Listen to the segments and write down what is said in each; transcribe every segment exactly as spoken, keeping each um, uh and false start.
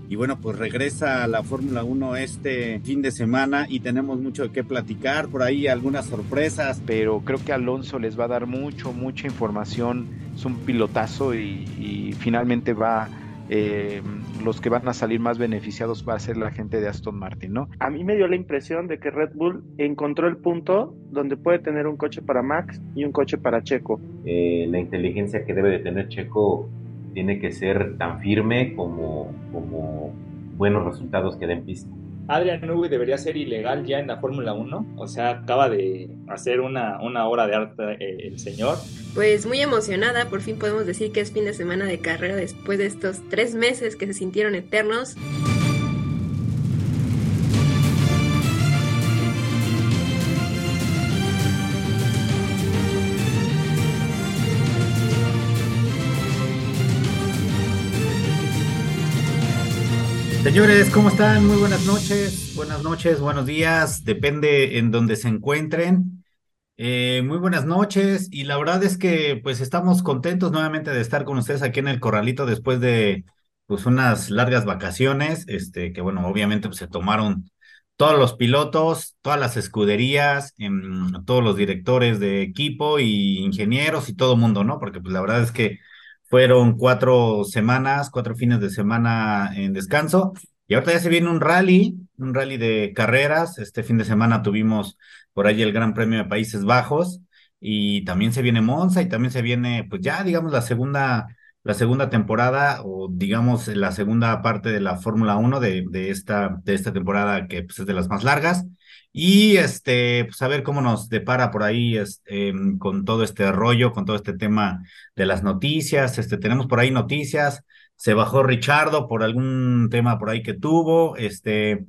Y bueno, pues regresa a la Fórmula Uno este fin de semana y tenemos mucho de qué platicar, por ahí algunas sorpresas. Pero creo que Alonso les va a dar mucho, mucha información, es un pilotazo y, y finalmente va, eh, los que van a salir más beneficiados va a ser la gente de Aston Martin, ¿no? A mí me dio la impresión de que Red Bull encontró el punto donde puede tener un coche para Max y un coche para Checo. Eh, la inteligencia que debe de tener Checo tiene que ser tan firme como, como buenos resultados que den pista. Adrian Newey debería ser ilegal ya en la Fórmula Uno, o sea, acaba de hacer una, una obra de arte eh, el señor. Pues muy emocionada, por fin podemos decir que es fin de semana de carrera después de estos tres meses que se sintieron eternos. Señores, ¿cómo están? Muy buenas noches, buenas noches, buenos días, depende en donde se encuentren. Eh, muy buenas noches y la verdad es que pues estamos contentos nuevamente de estar con ustedes aquí en el Corralito después de pues unas largas vacaciones, este que bueno, obviamente pues se tomaron todos los pilotos, todas las escuderías, em, todos los directores de equipo y ingenieros y todo mundo, ¿no? Porque pues la verdad es que fueron cuatro semanas, cuatro fines de semana en descanso y ahorita ya se viene un rally, un rally de carreras. Este fin de semana tuvimos por ahí el Gran Premio de Países Bajos y también se viene Monza y también se viene, pues ya digamos la segunda, la segunda temporada o digamos la segunda parte de la Fórmula Uno de, de esta, de esta temporada que pues es de las más largas. Y este, pues a ver cómo nos depara por ahí este, em, con todo este rollo, con todo este tema de las noticias. Este, tenemos por ahí noticias. Se bajó Richardo por algún tema por ahí que tuvo. Este,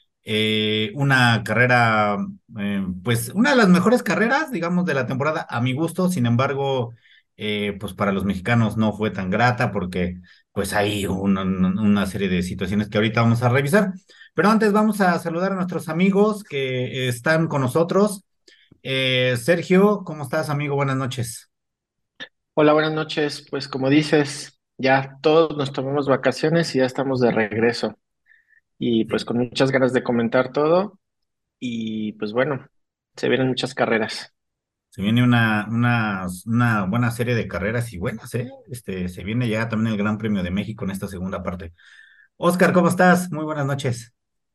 eh, una carrera, eh, pues una de las mejores carreras, digamos, de la temporada a mi gusto. Sin embargo, eh, pues para los mexicanos no fue tan grata porque pues hay un- un- una serie de situaciones que ahorita vamos a revisar. Pero antes vamos a saludar a nuestros amigos que están con nosotros. Eh, Sergio, ¿cómo estás, amigo? Buenas noches. Hola, buenas noches. Pues como dices, ya todos nos tomamos vacaciones y ya estamos de regreso. Y pues con muchas ganas de comentar todo. Y pues bueno, se vienen muchas carreras. Se viene una, una, una buena serie de carreras y buenas, ¿eh? Este, se viene ya también el Gran Premio de México en esta segunda parte. Oscar, ¿cómo estás? Muy buenas noches.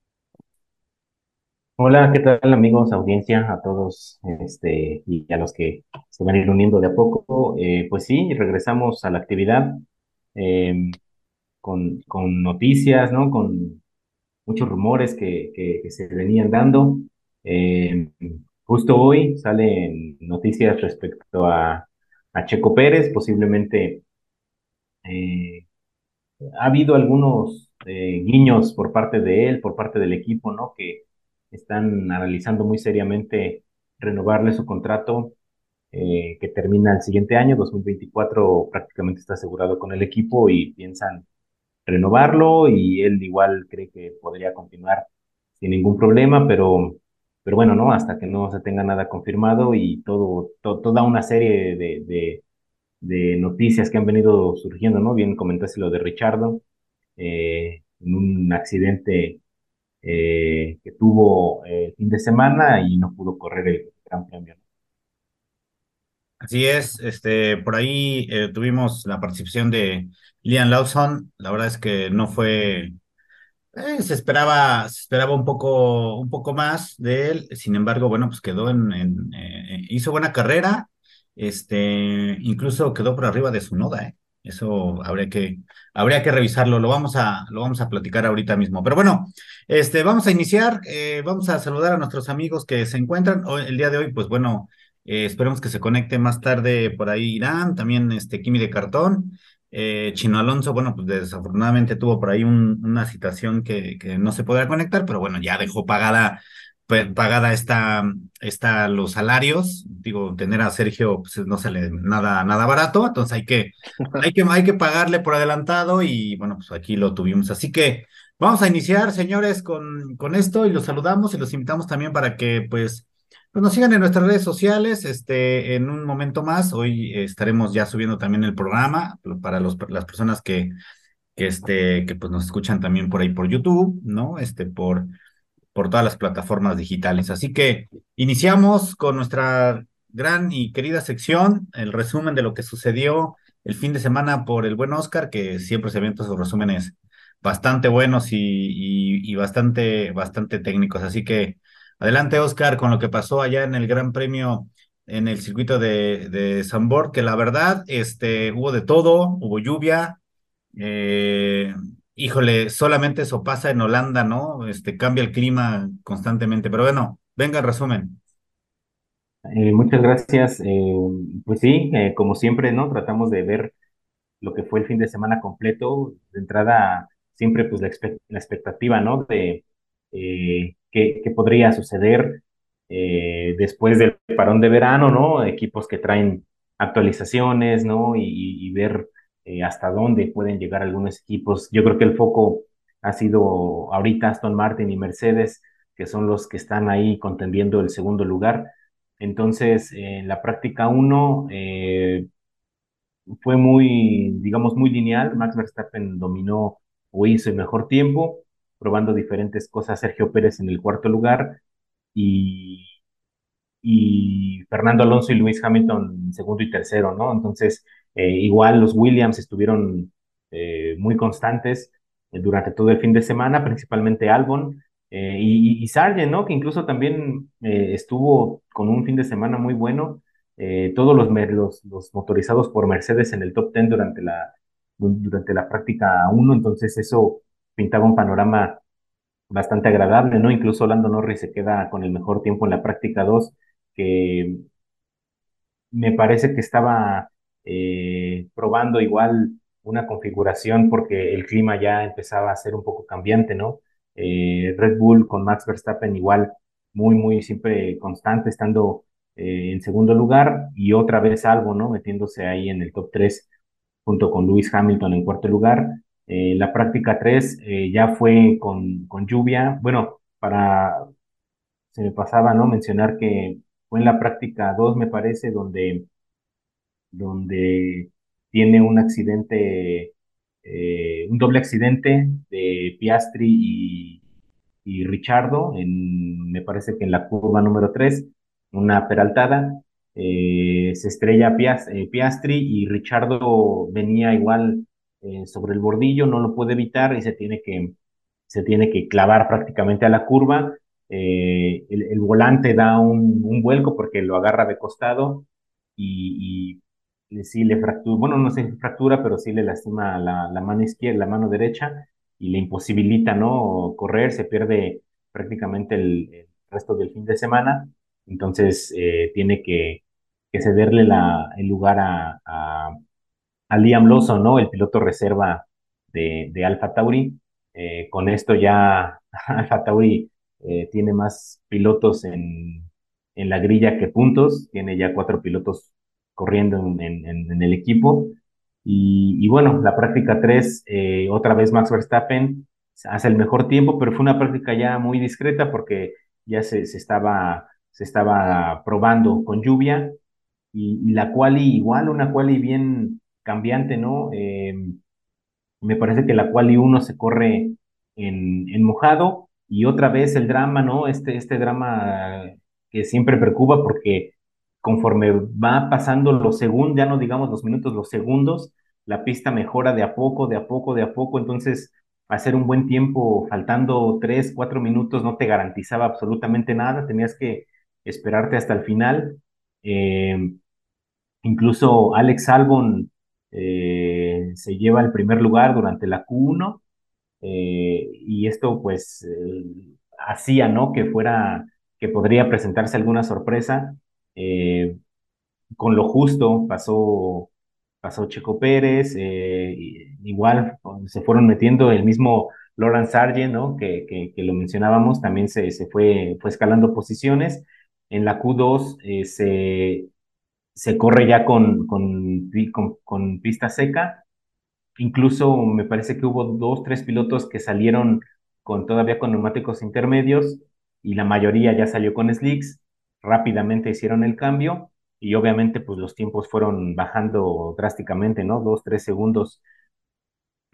Hola, ¿qué tal amigos, audiencia, a todos este, y a los que se van a ir uniendo de a poco? Eh, pues sí, regresamos a la actividad eh, con, con noticias, ¿no? Con muchos rumores que, que, que se venían dando. Eh, Justo hoy salen noticias respecto a, a Checo Pérez, posiblemente eh, ha habido algunos eh, guiños por parte de él, por parte del equipo, ¿no? Que están analizando muy seriamente renovarle su contrato eh, que termina el siguiente año, dos mil veinticuatro, prácticamente está asegurado con el equipo y piensan renovarlo y él igual cree que podría continuar sin ningún problema, pero, pero bueno, ¿no? Hasta que no se tenga nada confirmado y todo, to- toda una serie de, de, de noticias que han venido surgiendo, ¿no? Bien comentaste lo de Richardo, eh, en un accidente eh, que tuvo eh, el fin de semana y no pudo correr el Gran Premio, ¿no? Así es, este, por ahí eh, tuvimos la participación de Liam Lawson. La verdad es que no fue, eh, se esperaba, se esperaba un poco, un poco más de él. Sin embargo, bueno, pues quedó en, en, eh, hizo buena carrera. Este, incluso quedó por arriba de su noda, ¿eh? Eso habría que, habría que revisarlo. Lo vamos a, lo vamos a platicar ahorita mismo. Pero bueno, este, vamos a iniciar. Eh, vamos a saludar a nuestros amigos que se encuentran hoy, el día de hoy. Pues bueno, eh, esperemos que se conecte más tarde por ahí Irán, también este Kimi de Cartón. Eh, Chino Alonso, bueno, pues desafortunadamente tuvo por ahí un- una situación que, que no se podrá conectar, pero bueno, ya dejó pagada, pues, pagada esta, esta, los salarios. Digo, tener a Sergio, pues no sale nada, nada barato, entonces hay que, hay que, hay que pagarle por adelantado y bueno, pues aquí lo tuvimos. Así que vamos a iniciar, señores, con, con esto y los saludamos y los invitamos también para que, pues, pues nos sigan en nuestras redes sociales, este, en un momento más. Hoy eh, estaremos ya subiendo también el programa para los, las personas que, que este, que pues nos escuchan también por ahí por YouTube, ¿no? Este, por, por todas las plataformas digitales. Así que iniciamos con nuestra gran y querida sección, el resumen de lo que sucedió el fin de semana por el buen Oscar, que siempre se avienta sus resúmenes bastante buenos y, y, y bastante, bastante técnicos. Así que adelante, Oscar, con lo que pasó allá en el Gran Premio en el circuito de, de Zandvoort, que la verdad, este, hubo de todo, hubo lluvia, eh, híjole, solamente eso pasa en Holanda, ¿no? Este, cambia el clima constantemente, pero bueno, venga el resumen. Eh, muchas gracias. Eh, pues sí, eh, como siempre, ¿no? Tratamos de ver lo que fue el fin de semana completo. De entrada, siempre pues la, expect- la expectativa, ¿no? De eh, qué, qué podría suceder eh, después del parón de verano, ¿no? Equipos que traen actualizaciones, ¿no? Y, y- y ver eh, hasta dónde pueden llegar algunos equipos. Yo creo que el foco ha sido ahorita Aston Martin y Mercedes, que son los que están ahí contendiendo el segundo lugar. Entonces, en la práctica uno, eh, fue muy, digamos, muy lineal. Max Verstappen dominó o hizo el mejor tiempo, probando diferentes cosas. Sergio Pérez en el cuarto lugar y, y Fernando Alonso y Lewis Hamilton segundo y tercero, ¿no? Entonces, eh, igual los Williams estuvieron eh, muy constantes eh, durante todo el fin de semana, principalmente Albon eh, y, y Sargent, ¿no? Que incluso también eh, estuvo con un fin de semana muy bueno. Eh, todos los, los, los, motorizados por Mercedes en el top diez durante la, durante la práctica uno, entonces eso pintaba un panorama bastante agradable, ¿no? Incluso Lando Norris se queda con el mejor tiempo en la práctica dos, que me parece que estaba eh, probando igual una configuración porque el clima ya empezaba a ser un poco cambiante, ¿no? Eh, Red Bull con Max Verstappen igual muy, muy siempre constante, estando eh, en segundo lugar y otra vez algo, ¿no? Metiéndose ahí en el top tres junto con Lewis Hamilton en cuarto lugar. Eh, la práctica tres eh, ya fue con, con lluvia. Bueno, para, se me pasaba, ¿no? Mencionar que fue en la práctica dos me parece, donde donde tiene un accidente, eh, un doble accidente de Piastri y, y Richardo, en, me parece que en la curva número tres, una peraltada, eh, se estrella Pias- eh, Piastri y Richardo venía igual eh, sobre el bordillo, no lo puede evitar y se tiene que, se tiene que clavar prácticamente a la curva. Eh, el, el volante da un, un vuelco porque lo agarra de costado y, y sí le fractura, bueno, no sé si fractura, pero sí le lastima la, la mano izquierda, la mano derecha y le imposibilita, ¿no? Correr, se pierde prácticamente el, el resto del fin de semana, entonces eh, tiene que, que cederle la, el lugar a, a, a Liam Lawson, ¿no? El piloto reserva de, de Alfa Tauri. Eh, con esto ya Alfa Tauri eh, tiene más pilotos en, en la grilla que puntos, tiene ya cuatro pilotos corriendo en, en, en el equipo. Y, y, bueno, la práctica tres, eh, otra vez Max Verstappen hace el mejor tiempo, pero fue una práctica ya muy discreta porque ya se, se estaba, se estaba probando con lluvia y, y la quali igual, una quali bien cambiante, ¿no? Eh, me parece que la quali uno se corre en, en mojado y otra vez el drama, ¿no? Este, este drama que siempre preocupa porque conforme va pasando los segundos, ya no digamos los minutos, los segundos, la pista mejora de a poco, de a poco, de a poco, entonces hacer un buen tiempo faltando tres, cuatro minutos no te garantizaba absolutamente nada, tenías que esperarte hasta el final. Eh, Incluso Alex Albon eh, se lleva el primer lugar durante la Q uno eh, y esto pues eh, hacía, ¿no? Que fuera, que podría presentarse alguna sorpresa. Eh, con lo justo pasó, pasó Checo Pérez, eh, igual se fueron metiendo el mismo Laurent Sargent, ¿no? Que, que, que lo mencionábamos, también se, se fue, fue escalando posiciones. En la Q dos eh, se se corre ya con, con, con, con pista seca. Incluso me parece que hubo dos, tres pilotos que salieron con todavía con neumáticos intermedios y la mayoría ya salió con slicks. Rápidamente hicieron el cambio y obviamente pues los tiempos fueron bajando drásticamente, ¿no? Dos, tres segundos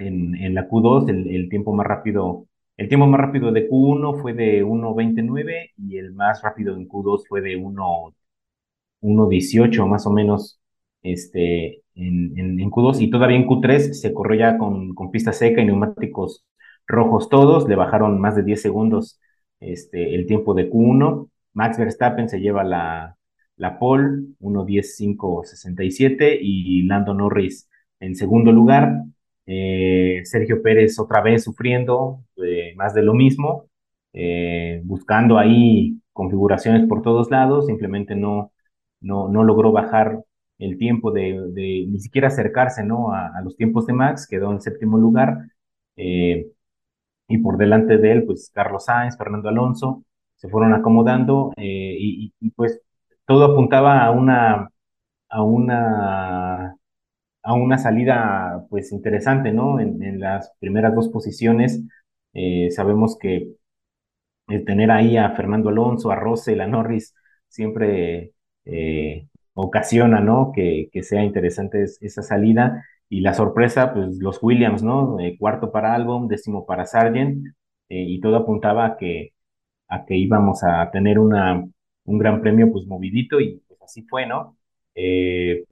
en, en la Q dos, el, el tiempo más rápido, el tiempo más rápido de Q uno fue de uno veintinueve y el más rápido en Q dos fue de uno uno dieciocho más o menos este, en, en, en Q dos, y todavía en Q tres se corrió ya con, con pista seca y neumáticos rojos todos, le bajaron más de diez segundos este, el tiempo de Q uno. Max Verstappen se lleva la, la pole, uno diez cinco sesenta y siete, y Lando Norris en segundo lugar. Eh, Sergio Pérez otra vez sufriendo eh, más de lo mismo, eh, buscando ahí configuraciones por todos lados, simplemente no, no, no logró bajar el tiempo de, de ni siquiera acercarse, ¿no? a, a los tiempos de Max, quedó en séptimo lugar, eh, y por delante de él, pues Carlos Sainz, Fernando Alonso, se fueron acomodando, eh, y, y, pues todo apuntaba a una, a una, a una salida pues interesante, ¿no? En, en las primeras dos posiciones, eh, sabemos que el tener ahí a Fernando Alonso, a Russell, a Norris, siempre eh, ocasiona, ¿no? Que, que sea interesante es, esa salida. Y la sorpresa, pues los Williams, ¿no? Eh, cuarto para Albon, décimo para Sargent, eh, y todo apuntaba a que, a que íbamos a tener una, un gran premio, pues movidito, y pues así fue, ¿no? Eh,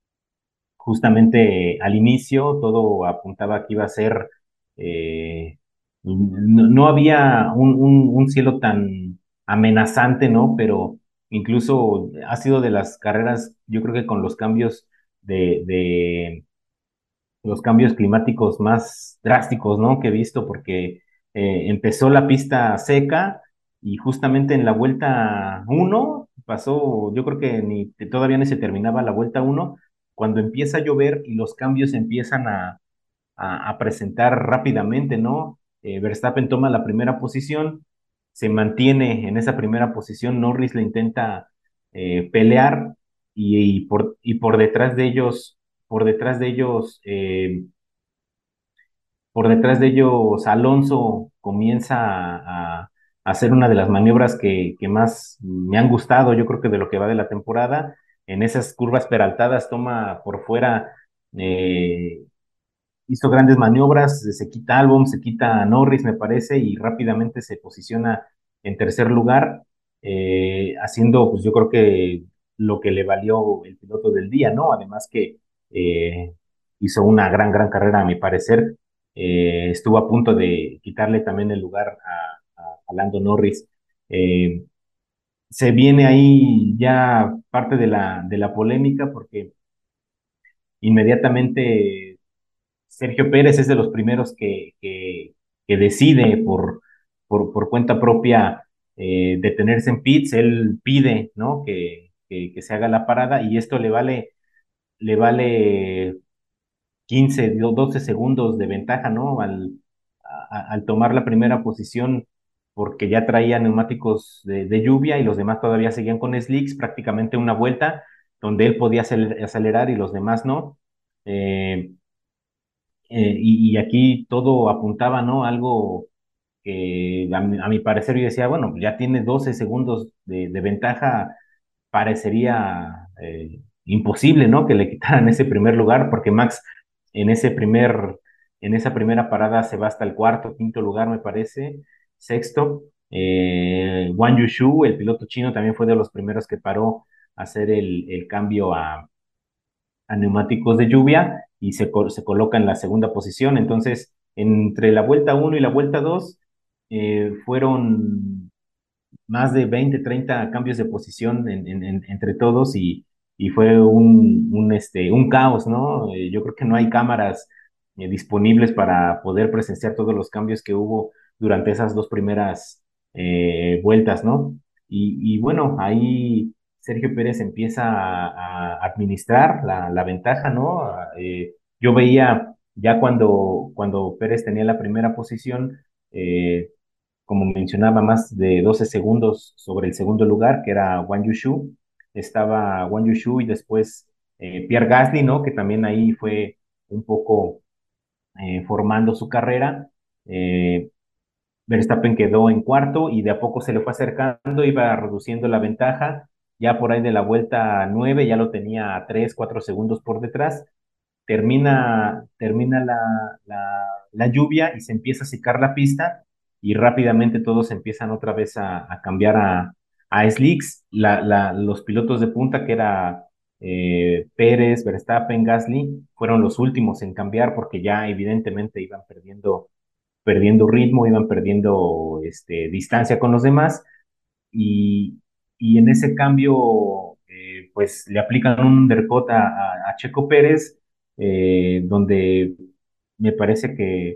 Justamente al inicio todo apuntaba que iba a ser, eh, no, no había un, un, un cielo tan amenazante, ¿no? Pero incluso ha sido de las carreras, yo creo que con los cambios de, de los cambios climáticos más drásticos, ¿no? Que he visto, porque eh, empezó la pista seca y justamente en la vuelta uno pasó, yo creo que ni todavía ni se terminaba la vuelta uno, cuando empieza a llover y los cambios empiezan a, a, a presentar rápidamente, ¿no? Eh, Verstappen toma la primera posición, se mantiene en esa primera posición, Norris le intenta eh, pelear, y, y, por, y por detrás de ellos, por detrás de ellos, eh, por detrás de ellos, Alonso comienza a, a hacer una de las maniobras que, que más me han gustado, yo creo que de lo que va de la temporada. En esas curvas peraltadas toma por fuera, eh, hizo grandes maniobras, se quita Albon, se quita Norris, me parece, y rápidamente se posiciona en tercer lugar, eh, haciendo, pues yo creo que lo que le valió el piloto del día, ¿no? Además que eh, hizo una gran, gran carrera, a mi parecer. Eh, estuvo a punto de quitarle también el lugar a, a, a Lando Norris. Eh, Se viene ahí ya parte de la, de la polémica, porque inmediatamente Sergio Pérez es de los primeros que, que, que decide por, por, por, cuenta propia eh, detenerse en pits. Él pide, ¿no? que, que, que, se haga la parada, y esto le vale, le vale quince, doce segundos de ventaja, ¿no? Al, a, al tomar la primera posición, porque ya traía neumáticos de, de, lluvia y los demás todavía seguían con slicks, prácticamente una vuelta donde él podía acelerar y los demás no. Eh, eh, y, y, aquí todo apuntaba, ¿no? Algo que a mi, a mi parecer yo decía, bueno, ya tiene doce segundos de, de ventaja, parecería eh, imposible, ¿no? Que le quitaran ese primer lugar, porque Max en ese primer, en esa primera parada se va hasta el cuarto, quinto lugar, me parece, sexto. Eh, Wang Yushu, el piloto chino, también fue de los primeros que paró a hacer el, el cambio a, a neumáticos de lluvia, y se, se coloca en la segunda posición. Entonces, entre la vuelta uno y la vuelta dos, eh, fueron más de veinte, treinta cambios de posición en, en, en, entre todos, y, y fue un, un, este, un caos, ¿no? Eh, yo creo que no hay cámaras eh, disponibles para poder presenciar todos los cambios que hubo durante esas dos primeras eh, vueltas, ¿no? Y, y, bueno, ahí Sergio Pérez empieza a, a administrar la, la, ventaja, ¿no? Eh, yo veía ya cuando, cuando Pérez tenía la primera posición, eh, como mencionaba, más de doce segundos sobre el segundo lugar, que era Wang Yushu. Estaba Wang Yushu y después eh, Pierre Gasly, ¿no? Que también ahí fue un poco eh, formando su carrera. Eh, Verstappen quedó en cuarto y de a poco se le fue acercando, iba reduciendo la ventaja. Ya por ahí de la vuelta nueve ya lo tenía a tres, cuatro segundos por detrás. termina, termina la, la, la lluvia y se empieza a secar la pista y rápidamente todos empiezan otra vez a, a cambiar a, a slicks. La, la, los pilotos de punta, que era eh, Pérez, Verstappen, Gasly, fueron los últimos en cambiar porque ya evidentemente iban perdiendo, perdiendo ritmo, iban perdiendo este, distancia con los demás y, y en ese cambio eh, pues le aplican un undercut a, a, a Checo Pérez, eh, donde me parece que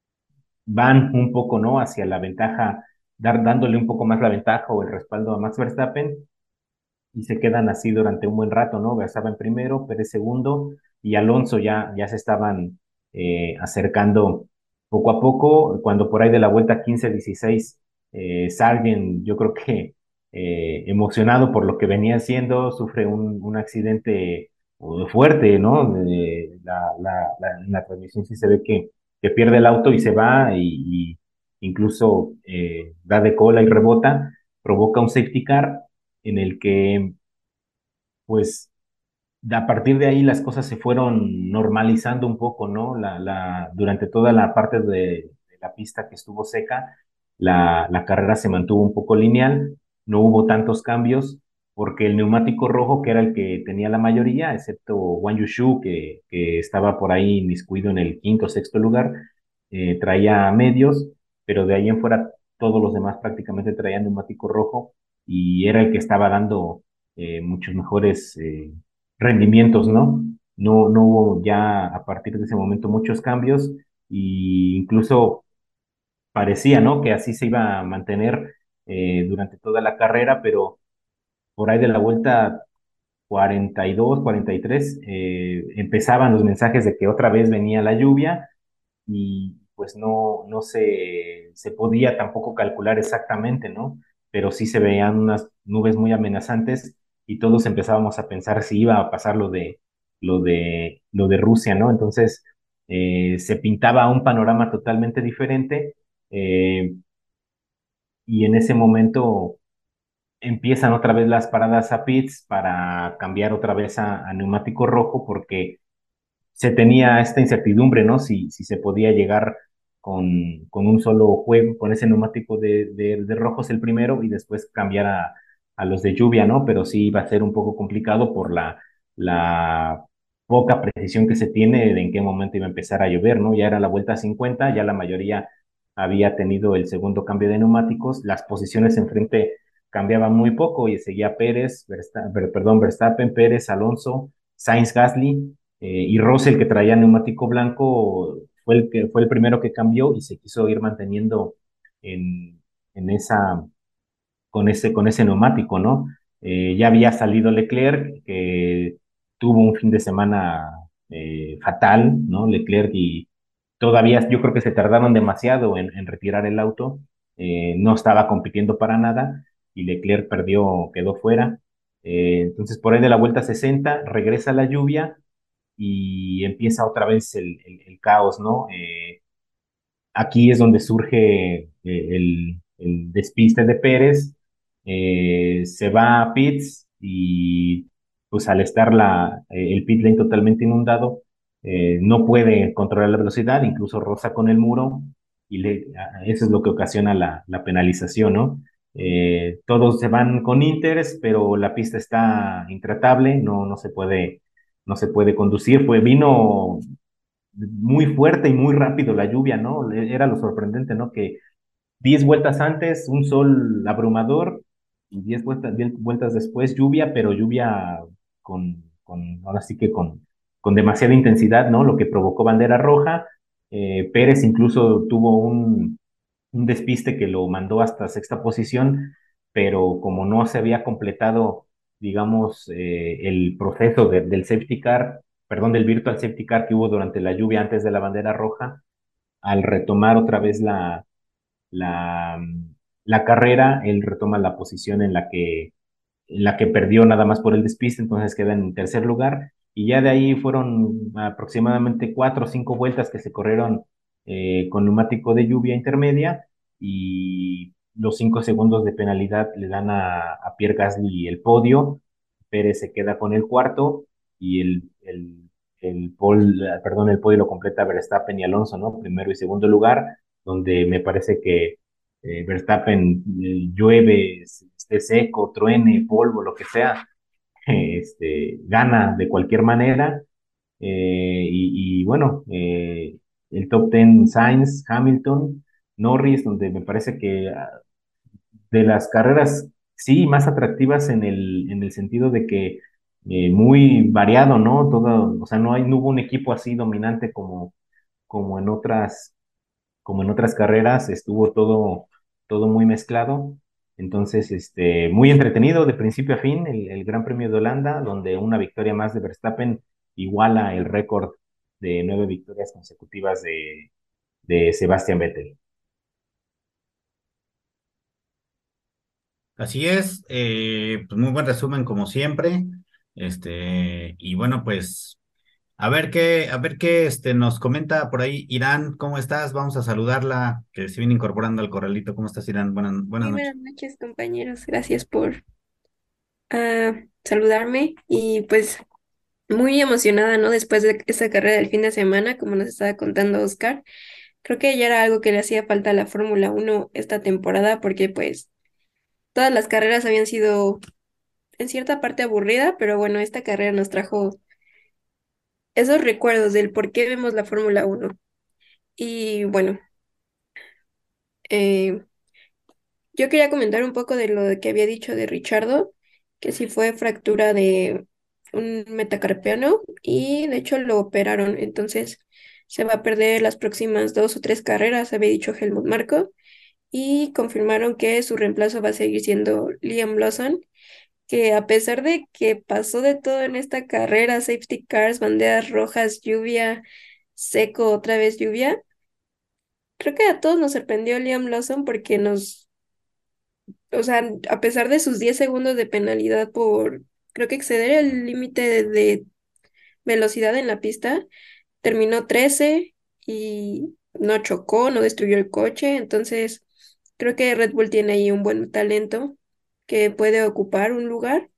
van un poco, ¿no? Hacia la ventaja, dar, dándole un poco más la ventaja o el respaldo a Max Verstappen y se quedan así durante un buen rato, ¿no? Verstappen primero, Pérez segundo y Alonso ya, ya se estaban eh, acercando poco a poco, cuando por ahí de la vuelta quince dieciséis, eh, Sargent, yo creo que eh, emocionado por lo que venía haciendo, sufre un, un accidente uh, fuerte, ¿no? De- la, la, la, en la transmisión sí se ve que, que pierde el auto y se va y, y incluso eh, da de cola y rebota, provoca un safety car en el que, pues, a partir de ahí las cosas se fueron normalizando un poco, ¿no? La, la, durante toda la parte de, de la pista que estuvo seca, la, la carrera se mantuvo un poco lineal, no hubo tantos cambios, porque el neumático rojo, que era el que tenía la mayoría, excepto Wang Yushu, que, que estaba por ahí inmiscuido en el quinto o sexto lugar, eh, traía medios, pero de ahí en fuera todos los demás prácticamente traían neumático rojo y era el que estaba dando eh, muchos mejores eh, rendimientos, ¿no? No, no hubo ya a partir de ese momento muchos cambios e incluso parecía, ¿no? Que así se iba a mantener eh, durante toda la carrera, pero por ahí de la vuelta cuarenta y dos, cuarenta y tres, eh, empezaban los mensajes de que otra vez venía la lluvia y pues no, no se, se podía tampoco calcular exactamente, ¿no? Pero sí se veían unas nubes muy amenazantes y todos empezábamos a pensar si iba a pasar lo de, lo de, lo de Rusia, ¿no? Entonces eh, se pintaba un panorama totalmente diferente eh, y en ese momento empiezan otra vez las paradas a pits para cambiar otra vez a, a neumático rojo porque se tenía esta incertidumbre, ¿no? Si, si se podía llegar con, con un solo juego, con ese neumático de, de, de rojos el primero y después cambiar a, a los de lluvia, ¿no? Pero sí iba a ser un poco complicado por la, la poca precisión que se tiene de en qué momento iba a empezar a llover, ¿no? Ya era la vuelta cincuenta, ya la mayoría había tenido el segundo cambio de neumáticos, las posiciones enfrente cambiaban muy poco y seguía Pérez, Verstappen, perdón, Verstappen, Pérez, Alonso, Sainz, Gasly, eh, y Russell, que traía neumático blanco, fue el, que, fue el primero que cambió y se quiso ir manteniendo en, en esa, con ese, con ese neumático, ¿no? Eh, ya había salido Leclerc, que tuvo un fin de semana eh, fatal, ¿no? Leclerc y todavía yo creo que se tardaron demasiado en, en retirar el auto, eh, no estaba compitiendo para nada y Leclerc perdió, quedó fuera. Eh, entonces por ahí de la vuelta sesenta regresa la lluvia y empieza otra vez el, el, el caos, ¿no? Eh, aquí es donde surge eh, el, el, despiste de Pérez, eh, se va a pits y pues al estar la, eh, el pit lane totalmente inundado, eh, no puede controlar la velocidad, incluso roza con el muro y le, eso es lo que ocasiona la, la penalización, ¿no? Eh, todos se van con Inters, pero la pista está intratable, no, no se puede, no se puede conducir. Fue, vino muy fuerte y muy rápido la lluvia, ¿no? Era lo sorprendente, ¿no? Que diez vueltas antes, un sol abrumador, y diez vueltas, diez vueltas después, lluvia, pero lluvia con, con ahora sí que con, con demasiada intensidad, ¿no? Lo que provocó bandera roja. Eh, Pérez incluso tuvo un, un despiste que lo mandó hasta sexta posición, pero como no se había completado, digamos, eh, el proceso de, del safety car, perdón, del virtual safety car que hubo durante la lluvia antes de la bandera roja, al retomar otra vez la, la, la carrera, él retoma la posición en la que en la que perdió nada más por el despiste, entonces queda en tercer lugar. Y ya de ahí fueron aproximadamente cuatro o cinco vueltas que se corrieron eh, con neumático de lluvia intermedia y los cinco segundos de penalidad le dan a, a Pierre Gasly el podio. Pérez se queda con el cuarto y el, el el pole, perdón, el podio lo completa Verstappen y Alonso, ¿no? Primero y segundo lugar, donde me parece que eh, Verstappen eh, llueve, esté seco, truene, polvo, lo que sea, este, gana de cualquier manera. Eh, y, y, bueno, eh, el top ten, Sainz, Hamilton, Norris, donde me parece que ah, de las carreras, sí, más atractivas en el, en el sentido de que eh, muy variado, ¿no? Todo, o sea, no hay, no hubo un equipo así dominante como, como en otras, como en otras carreras, estuvo todo, todo muy mezclado. Entonces, este, muy entretenido de principio a fin el, el Gran Premio de Holanda, donde una victoria más de Verstappen iguala el récord de nueve victorias consecutivas de, de Sebastian Vettel. Así es, eh, pues muy buen resumen como siempre. Este, y bueno, pues a ver qué, a ver qué este, nos comenta por ahí Irán, ¿cómo estás? Vamos a saludarla, que se viene incorporando al corralito. ¿Cómo estás, Irán? Buenas, buenas Muy noches. buenas noches, compañeros. Gracias por ah, saludarme y pues muy emocionada, ¿no? Después de esta carrera del fin de semana, como nos estaba contando Oscar. Creo que ya era algo que le hacía falta a la Fórmula Uno esta temporada porque pues todas las carreras habían sido en cierta parte aburrida, pero bueno, esta carrera nos trajo esos recuerdos del por qué vemos la Fórmula Uno. Y bueno, eh, yo quería comentar un poco de lo que había dicho de Richardo, que sí fue fractura de un metacarpiano y de hecho lo operaron, entonces se va a perder las próximas dos o tres carreras, había dicho Helmut Marko, y confirmaron que su reemplazo va a seguir siendo Liam Lawson, que a pesar de que pasó de todo en esta carrera, safety cars, banderas rojas, lluvia, seco, otra vez lluvia, creo que a todos nos sorprendió Liam Lawson porque nos, o sea, a pesar de sus diez segundos de penalidad por, creo que exceder el límite de, de velocidad en la pista, terminó trece y no chocó, no destruyó el coche, entonces creo que Red Bull tiene ahí un buen talento que puede ocupar un lugar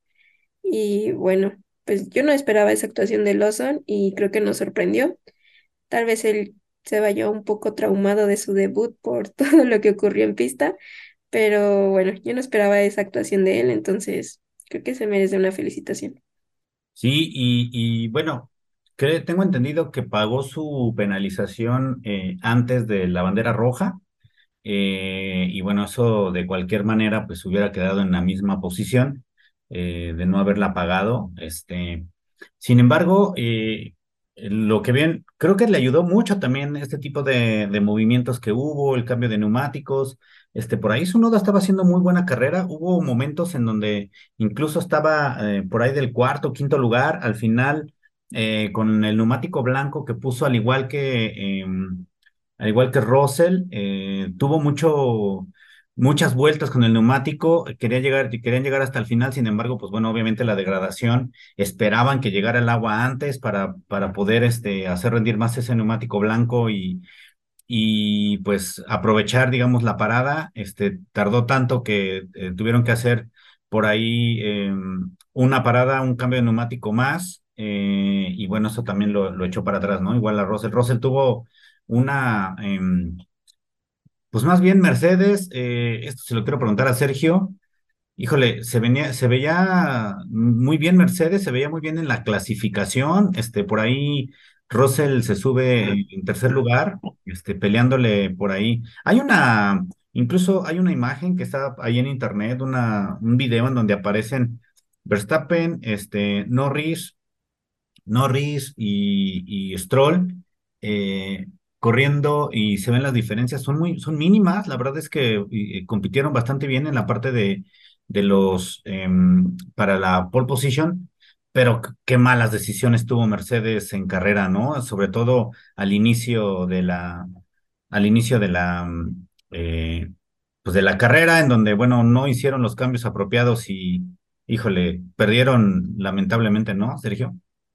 y bueno, pues yo no esperaba esa actuación de Lawson y creo que nos sorprendió. Tal vez él se vaya un poco traumado de su debut por todo lo que ocurrió en pista, pero bueno, yo no esperaba esa actuación de él, entonces creo que se merece una felicitación. Sí, y, y bueno, cre- tengo entendido que pagó su penalización eh, antes de la bandera roja. Eh, y bueno, eso de cualquier manera, pues hubiera quedado en la misma posición eh, de no haberla pagado. Este, sin embargo, eh, lo que bien, creo que le ayudó mucho también este tipo de, de movimientos que hubo, el cambio de neumáticos. Este, por ahí Tsunoda estaba haciendo muy buena carrera. Hubo momentos en donde incluso estaba eh, por ahí del cuarto, quinto lugar. Al final, eh, con el neumático blanco que puso, al igual que em, al igual que Russell, eh, tuvo mucho, muchas vueltas con el neumático, quería llegar, querían llegar hasta el final, sin embargo, pues bueno, obviamente la degradación, esperaban que llegara el agua antes para, para poder este, hacer rendir más ese neumático blanco y, y pues aprovechar, digamos, la parada. Este, tardó tanto que eh, tuvieron que hacer por ahí eh, una parada, un cambio de neumático más, eh, y bueno, eso también lo, lo echó para atrás, ¿no? Igual a Russell. Russell tuvo una, em, pues más bien Mercedes, eh, esto se lo quiero preguntar a Sergio. Híjole, se venía, se veía muy bien Mercedes, se veía muy bien en la clasificación. Este, por ahí Russell se sube en tercer lugar, este, peleándole por ahí. Hay una, incluso hay una imagen que está ahí en internet, una, un video en donde aparecen Verstappen, este, Norris, Norris y, y Stroll eh, corriendo y se ven las diferencias, son muy, son mínimas, la verdad es que eh, compitieron bastante bien en la parte de, de los, em, para la pole position, pero c- qué malas decisiones tuvo Mercedes en carrera, ¿no? Sobre todo al inicio de la, al inicio de la, mm, eh, pues de la carrera, en donde, bueno, no hicieron los cambios apropiados y, híjole, perdieron lamentablemente, ¿no, Sergio?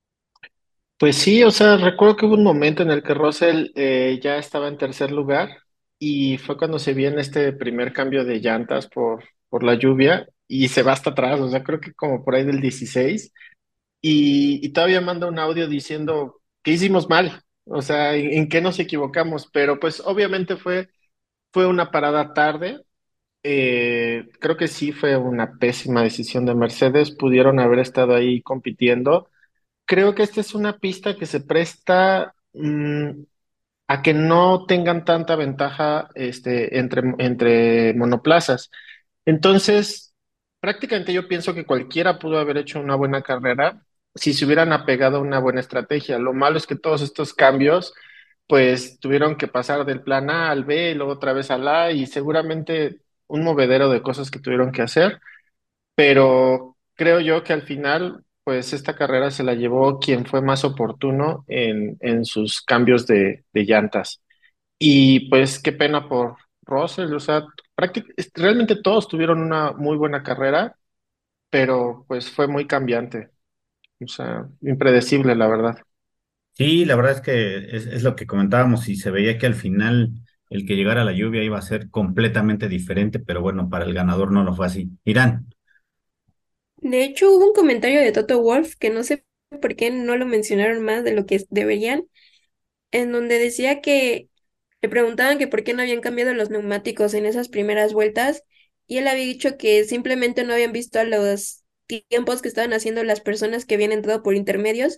Pues sí, o sea, recuerdo que hubo un momento en el que Russell eh, ya estaba en tercer lugar y fue cuando se viene este primer cambio de llantas por, por la lluvia y se va hasta atrás, o sea, creo que como por ahí del dieciséis y, y todavía manda un audio diciendo que hicimos mal, o sea, en, en qué nos equivocamos, pero pues obviamente fue, fue una parada tarde. Eh, creo que sí fue una pésima decisión de Mercedes, pudieron haber estado ahí compitiendo. Creo que esta es una pista que se presta mm, a que no tengan tanta ventaja este, entre, entre monoplazas. Entonces, prácticamente yo pienso que cualquiera pudo haber hecho una buena carrera si se hubieran apegado a una buena estrategia. Lo malo es que todos estos cambios, pues tuvieron que pasar del plan A al B y luego otra vez al A y seguramente un movedero de cosas que tuvieron que hacer, pero creo yo que al final, pues esta carrera se la llevó quien fue más oportuno en, en sus cambios de, de llantas. Y pues qué pena por Russell, o sea, práctic- realmente todos tuvieron una muy buena carrera, pero pues fue muy cambiante, o sea, impredecible, la verdad. Sí, la verdad es que es, es lo que comentábamos y se veía que al final el que llegara la lluvia iba a ser completamente diferente, pero bueno, para el ganador no lo fue así. Irán. De hecho, hubo un comentario de Toto Wolff que no sé por qué no lo mencionaron más de lo que deberían, en donde decía que le preguntaban que por qué no habían cambiado los neumáticos en esas primeras vueltas, y él había dicho que simplemente no habían visto a los tiempos que estaban haciendo las personas que habían entrado por intermedios,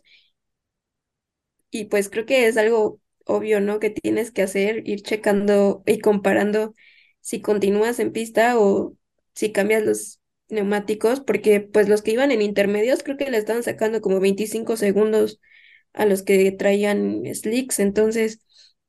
y pues creo que es algo obvio, ¿no? Que tienes que hacer, ir checando y comparando si continúas en pista o si cambias los neumáticos, porque pues los que iban en intermedios creo que le estaban sacando como veinticinco segundos a los que traían slicks, entonces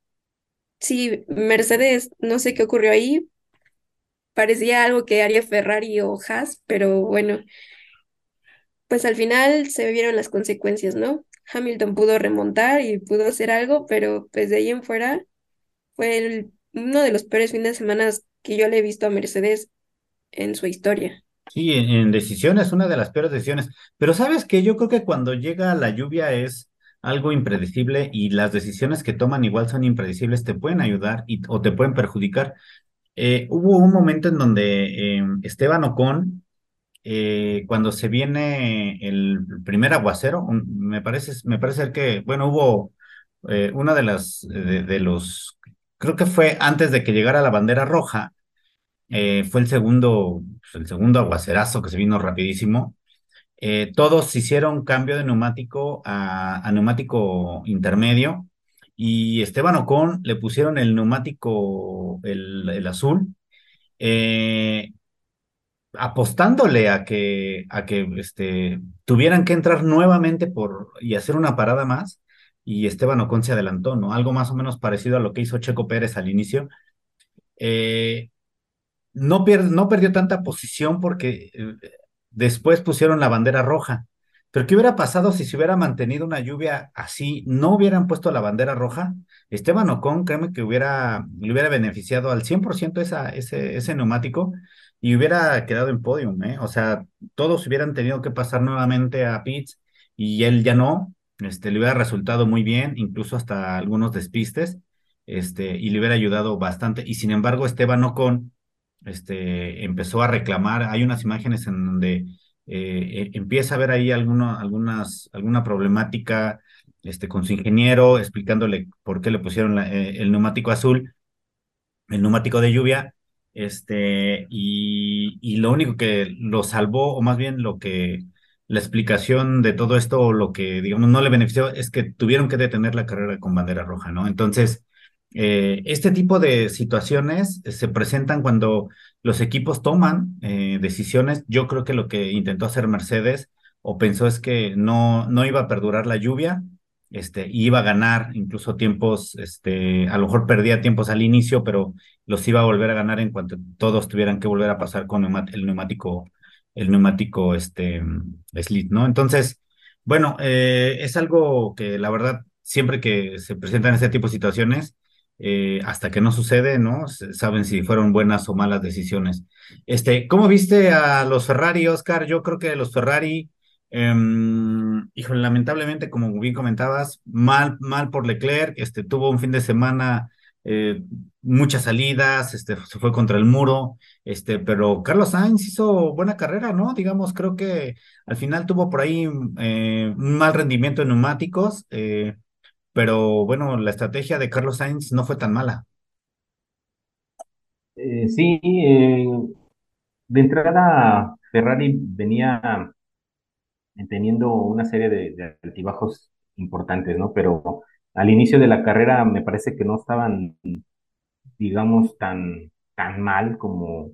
sí, Mercedes, no sé qué ocurrió ahí, parecía algo que haría Ferrari o Haas, pero bueno, pues al final se vieron las consecuencias, ¿no? Hamilton pudo remontar y pudo hacer algo, pero pues de ahí en fuera fue el- uno de los peores fines de semana que yo le he visto a Mercedes en su historia. Sí, en, en decisiones, una de las peores decisiones. Pero sabes que yo creo que cuando llega la lluvia es algo impredecible y las decisiones que toman igual son impredecibles, te pueden ayudar y, o te pueden perjudicar. Eh, hubo un momento en donde eh, Esteban Ocon, eh, cuando se viene el primer aguacero, un- me parece, me parece ser que, bueno, hubo eh, una de las, de, de los, creo que fue antes de que llegara la bandera roja, eh, fue el segundo, pues, el segundo aguacerazo que se vino rapidísimo. Eh, todos hicieron cambio de neumático a, a neumático intermedio y Esteban Ocon le pusieron el neumático, el, el azul. Eh, Apostándole a que, a que este, tuvieran que entrar nuevamente por, y hacer una parada más, y Esteban Ocon se adelantó, ¿no? Algo más o menos parecido a lo que hizo Checo Pérez al inicio. Eh, no, pier- no perdió tanta posición porque eh, después pusieron la bandera roja. Pero ¿qué hubiera pasado si se hubiera mantenido una lluvia así? No hubieran puesto la bandera roja. Esteban Ocon, créeme que hubiera, le hubiera beneficiado al cien por ciento esa, ese, ese neumático y hubiera quedado en podium, ¿eh? O sea, todos hubieran tenido que pasar nuevamente a pits y él ya no. Este, le hubiera resultado muy bien, incluso hasta algunos despistes, este, y le hubiera ayudado bastante. Y sin embargo, Esteban Ocon este, empezó a reclamar. Hay unas imágenes en donde eh, eh, empieza a ver ahí alguna, algunas, alguna problemática este, con su ingeniero, explicándole por qué le pusieron la- eh, el neumático azul, el neumático de lluvia, este, y, y lo único que lo salvó, o más bien lo que, la explicación de todo esto, o lo que, digamos, no le benefició, es que tuvieron que detener la carrera con bandera roja, ¿no? Entonces, eh, este tipo de situaciones eh, se presentan cuando los equipos toman eh, decisiones. Yo creo que lo que intentó hacer Mercedes o pensó es que no, no iba a perdurar la lluvia, este, y iba a ganar incluso tiempos, este, a lo mejor perdía tiempos al inicio, pero los iba a volver a ganar en cuanto todos tuvieran que volver a pasar con neuma- el neumático, el neumático, este, mm, slit, ¿no? Entonces, bueno, eh, es algo que la verdad, siempre que se presentan este tipo de situaciones, eh, hasta que no sucede, ¿no? S- Saben si fueron buenas o malas decisiones. Este, ¿cómo viste a los Ferrari, Oscar? Yo creo que los Ferrari, em, híjole, lamentablemente, como bien comentabas, mal, mal por Leclerc, este, tuvo un fin de semana eh, muchas salidas, este, se fue contra el muro, este, pero Carlos Sainz hizo buena carrera, ¿no? Digamos, creo que al final tuvo por ahí eh, un mal rendimiento en neumáticos, eh, pero bueno, la estrategia de Carlos Sainz no fue tan mala. Eh, sí, eh, de entrada Ferrari venía teniendo una serie de, de altibajos importantes, ¿no? Pero al inicio de la carrera me parece que no estaban, digamos, tan, tan mal como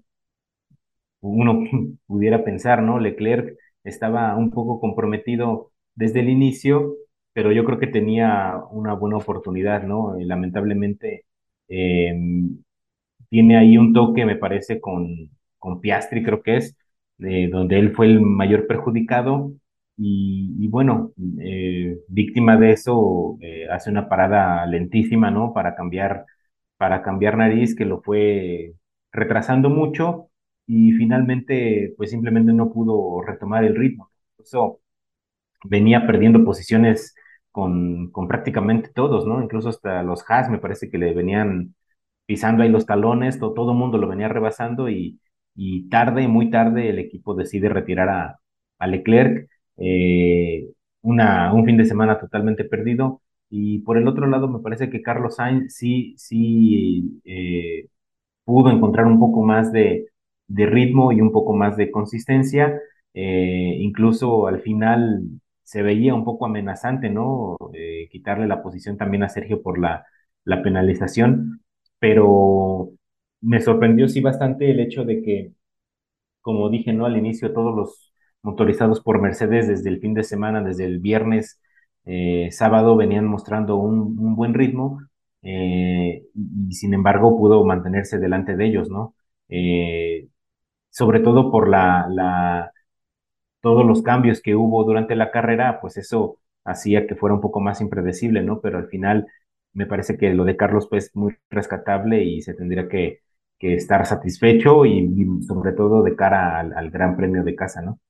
uno pudiera pensar, ¿no? Leclerc estaba un poco comprometido desde el inicio, pero yo creo que tenía una buena oportunidad, ¿no? Y lamentablemente eh, tiene ahí un toque, me parece, con, con Piastri, creo que es, eh, donde él fue el mayor perjudicado y, y bueno, eh, víctima de eso, eh, hace una parada lentísima, ¿no? Para cambiar, para cambiar nariz, que lo fue retrasando mucho y finalmente, pues simplemente no pudo retomar el ritmo. Eso venía perdiendo posiciones con, con prácticamente todos, ¿no? Incluso hasta los Haas me parece que le venían pisando ahí los talones, to- todo el mundo lo venía rebasando y, y tarde, muy tarde, el equipo decide retirar a, a Leclerc, eh, una, un fin de semana totalmente perdido. Y por el otro lado, me parece que Carlos Sainz sí, sí eh, pudo encontrar un poco más de, de ritmo y un poco más de consistencia. Eh, incluso al final se veía un poco amenazante, ¿no? Eh, quitarle la posición también a Sergio por la, la penalización, pero me sorprendió sí bastante el hecho de que, como dije, ¿no? Al inicio, todos los motorizados por Mercedes desde el fin de semana, desde el viernes, eh, sábado, venían mostrando un, un buen ritmo, eh, y, y sin embargo pudo mantenerse delante de ellos, ¿no? Eh, Sobre todo por la, la, todos los cambios que hubo durante la carrera, pues eso hacía que fuera un poco más impredecible, ¿no? Pero al final me parece que lo de Carlos pues, es muy rescatable y se tendría que, que estar satisfecho y, y sobre todo de cara al, al Gran Premio de casa, ¿no?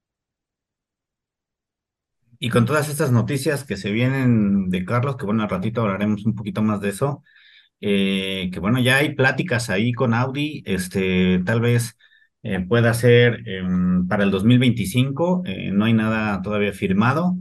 Y con todas estas noticias que se vienen de Carlos, que bueno, al ratito hablaremos un poquito más de eso, eh, que bueno, ya hay pláticas ahí con Audi, este, tal vez eh, pueda ser em, para el dos mil veinticinco, eh, no hay nada todavía firmado,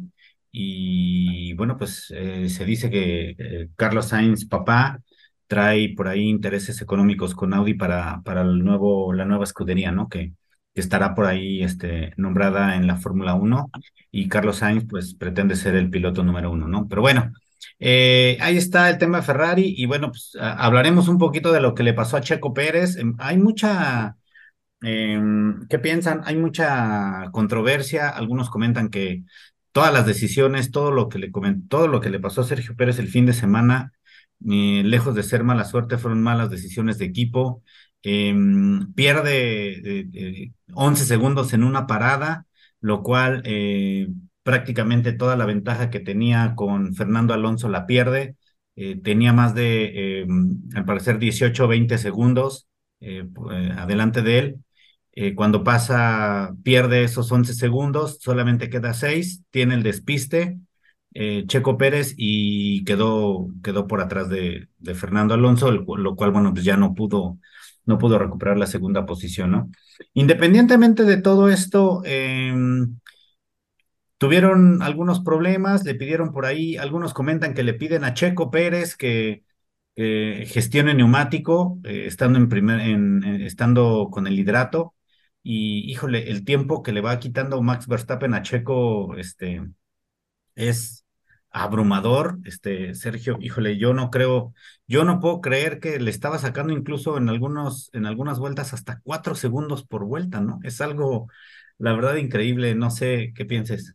y bueno, pues eh, se dice que eh, Carlos Sainz, papá, trae por ahí intereses económicos con Audi para, para el nuevo, la nueva escudería, ¿no? Que, que estará por ahí este, nombrada en la Fórmula Uno y Carlos Sainz pues pretende ser el piloto número uno, ¿no? Pero bueno. Eh, ahí está el tema de Ferrari y bueno, pues a- hablaremos un poquito de lo que le pasó a Checo Pérez. Em, hay mucha, em, ¿qué piensan? Hay mucha controversia. Algunos comentan que todas las decisiones, todo lo que le comen- todo lo que le pasó a Sergio Pérez el fin de semana, eh, lejos de ser mala suerte, fueron malas decisiones de equipo. Em, pierde eh, eh, once segundos en una parada, lo cual eh, prácticamente toda la ventaja que tenía con Fernando Alonso la pierde. Eh, tenía más de, em, al parecer, dieciocho o veinte segundos eh, pu- eh, adelante de él. Eh, cuando pasa, pierde esos once segundos, solamente queda seis, tiene el despiste, eh, Checo Pérez y quedó, quedó por atrás de, de Fernando Alonso, el cu- lo cual, bueno, pues ya no pudo, no pudo recuperar la segunda posición, ¿no? Independientemente de todo esto, em, tuvieron algunos problemas, le pidieron por ahí, algunos comentan que le piden a Checo Pérez que, que gestione neumático, eh, estando en primer, en, en- estando con el liderato. Y híjole, el tiempo que le va quitando Max Verstappen a Checo, este, es abrumador. Este, Sergio, híjole, yo no creo, yo no puedo creer que le estaba sacando incluso en algunos, en algunas vueltas hasta cuatro segundos por vuelta, ¿no? Es algo, la verdad, increíble. No sé qué pienses.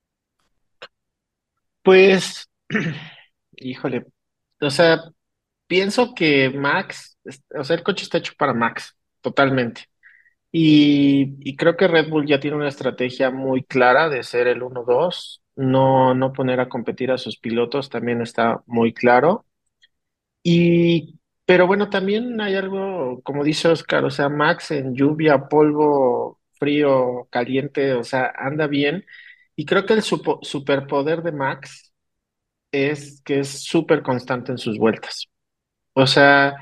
Pues, híjole, o sea, pienso que Max, es- o sea, el coche está hecho para Max, totalmente. Y, y creo que Red Bull ya tiene una estrategia muy clara de ser el uno dos, no, no poner a competir a sus pilotos, también está muy claro. Y, pero bueno, también hay algo, como dice Oscar, o sea, Max en lluvia, polvo, frío, caliente, o sea, anda bien. Y creo que el supo- superpoder de Max es que es súper constante en sus vueltas. O sea,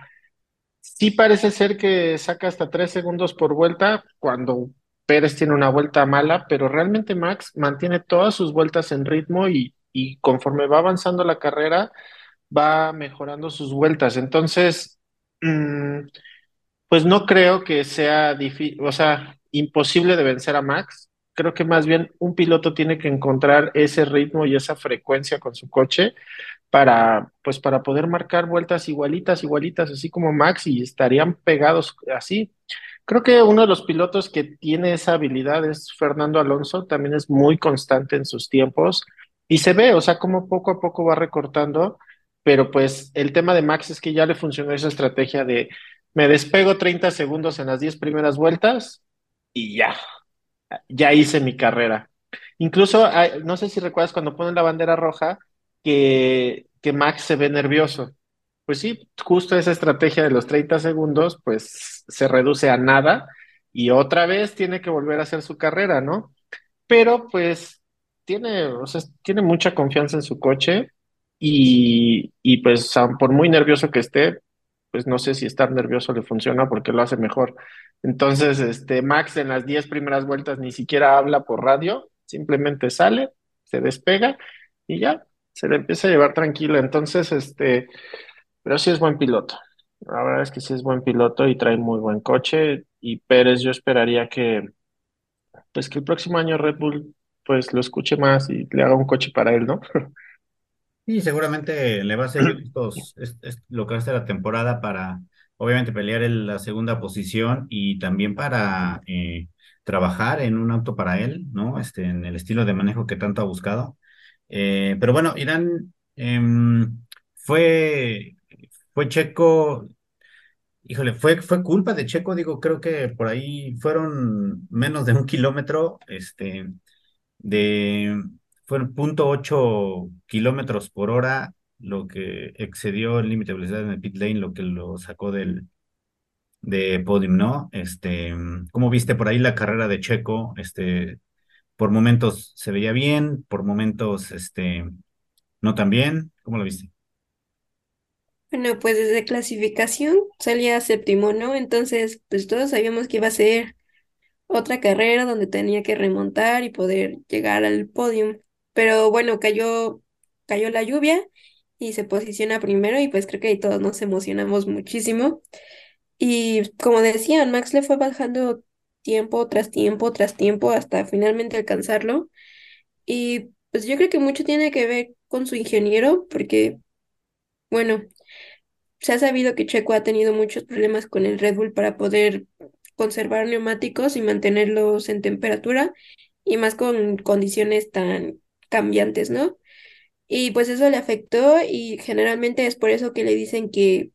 sí parece ser que saca hasta tres segundos por vuelta cuando Pérez tiene una vuelta mala, pero realmente Max mantiene todas sus vueltas en ritmo y, y conforme va avanzando la carrera, va mejorando sus vueltas. Entonces, mm, pues no creo que sea difícil, o sea, imposible de vencer a Max. Creo que más bien un piloto tiene que encontrar ese ritmo y esa frecuencia con su coche para, pues, para poder marcar vueltas igualitas, igualitas, así como Max, y estarían pegados así. Creo que uno de los pilotos que tiene esa habilidad es Fernando Alonso, también es muy constante en sus tiempos y se ve, o sea, como poco a poco va recortando, pero pues el tema de Max es que ya le funcionó esa estrategia de me despego treinta segundos en las diez primeras vueltas y ya, ya hice mi carrera. Incluso, hay- no sé si recuerdas cuando ponen la bandera roja, que, que Max se ve nervioso. Pues sí, justo esa estrategia de los treinta segundos, pues se reduce a nada y otra vez tiene que volver a hacer su carrera, ¿no? Pero pues tiene, o sea, tiene mucha confianza en su coche y, y pues aun por muy nervioso que esté, pues no sé si estar nervioso le funciona porque lo hace mejor. Entonces, este, Max en las diez primeras vueltas ni siquiera habla por radio, simplemente sale, se despega y ya, se le empieza a llevar tranquilo. Entonces, este, pero sí es buen piloto. La verdad es que sí es buen piloto y trae muy buen coche. Y Pérez, yo esperaría que pues que el próximo año Red Bull pues lo escuche más y le haga un coche para él, ¿no? Y seguramente le va a servir estos, es- es lo que va a ser la temporada para, obviamente, pelear en la segunda posición y también para eh, trabajar en un auto para él, ¿no? Este, en el estilo de manejo que tanto ha buscado. Eh, pero bueno, Irán em, fue, fue Checo, híjole, fue, fue culpa de Checo, digo, creo que por ahí fueron menos de un kilómetro, este de, fueron punto ocho kilómetros por hora, lo que excedió el límite de velocidad en el pit lane, lo que lo sacó del de podium, ¿no? Este, ¿cómo viste por ahí la carrera de Checo? Este, por momentos se veía bien, por momentos, este, no tan bien. ¿Cómo lo viste? Bueno, pues desde clasificación salía séptimo, ¿no? Entonces, pues todos sabíamos que iba a ser otra carrera donde tenía que remontar y poder llegar al podium. Pero bueno, cayó, cayó la lluvia y se posiciona primero y pues creo que ahí todos nos emocionamos muchísimo. Y como decían, Max le fue bajando tiempo tras tiempo tras tiempo hasta finalmente alcanzarlo. Y pues yo creo que mucho tiene que ver con su ingeniero, porque, bueno, se ha sabido que Checo ha tenido muchos problemas con el Red Bull para poder conservar neumáticos y mantenerlos en temperatura, y más con condiciones tan cambiantes, ¿no? Y pues eso le afectó y generalmente es por eso que le dicen que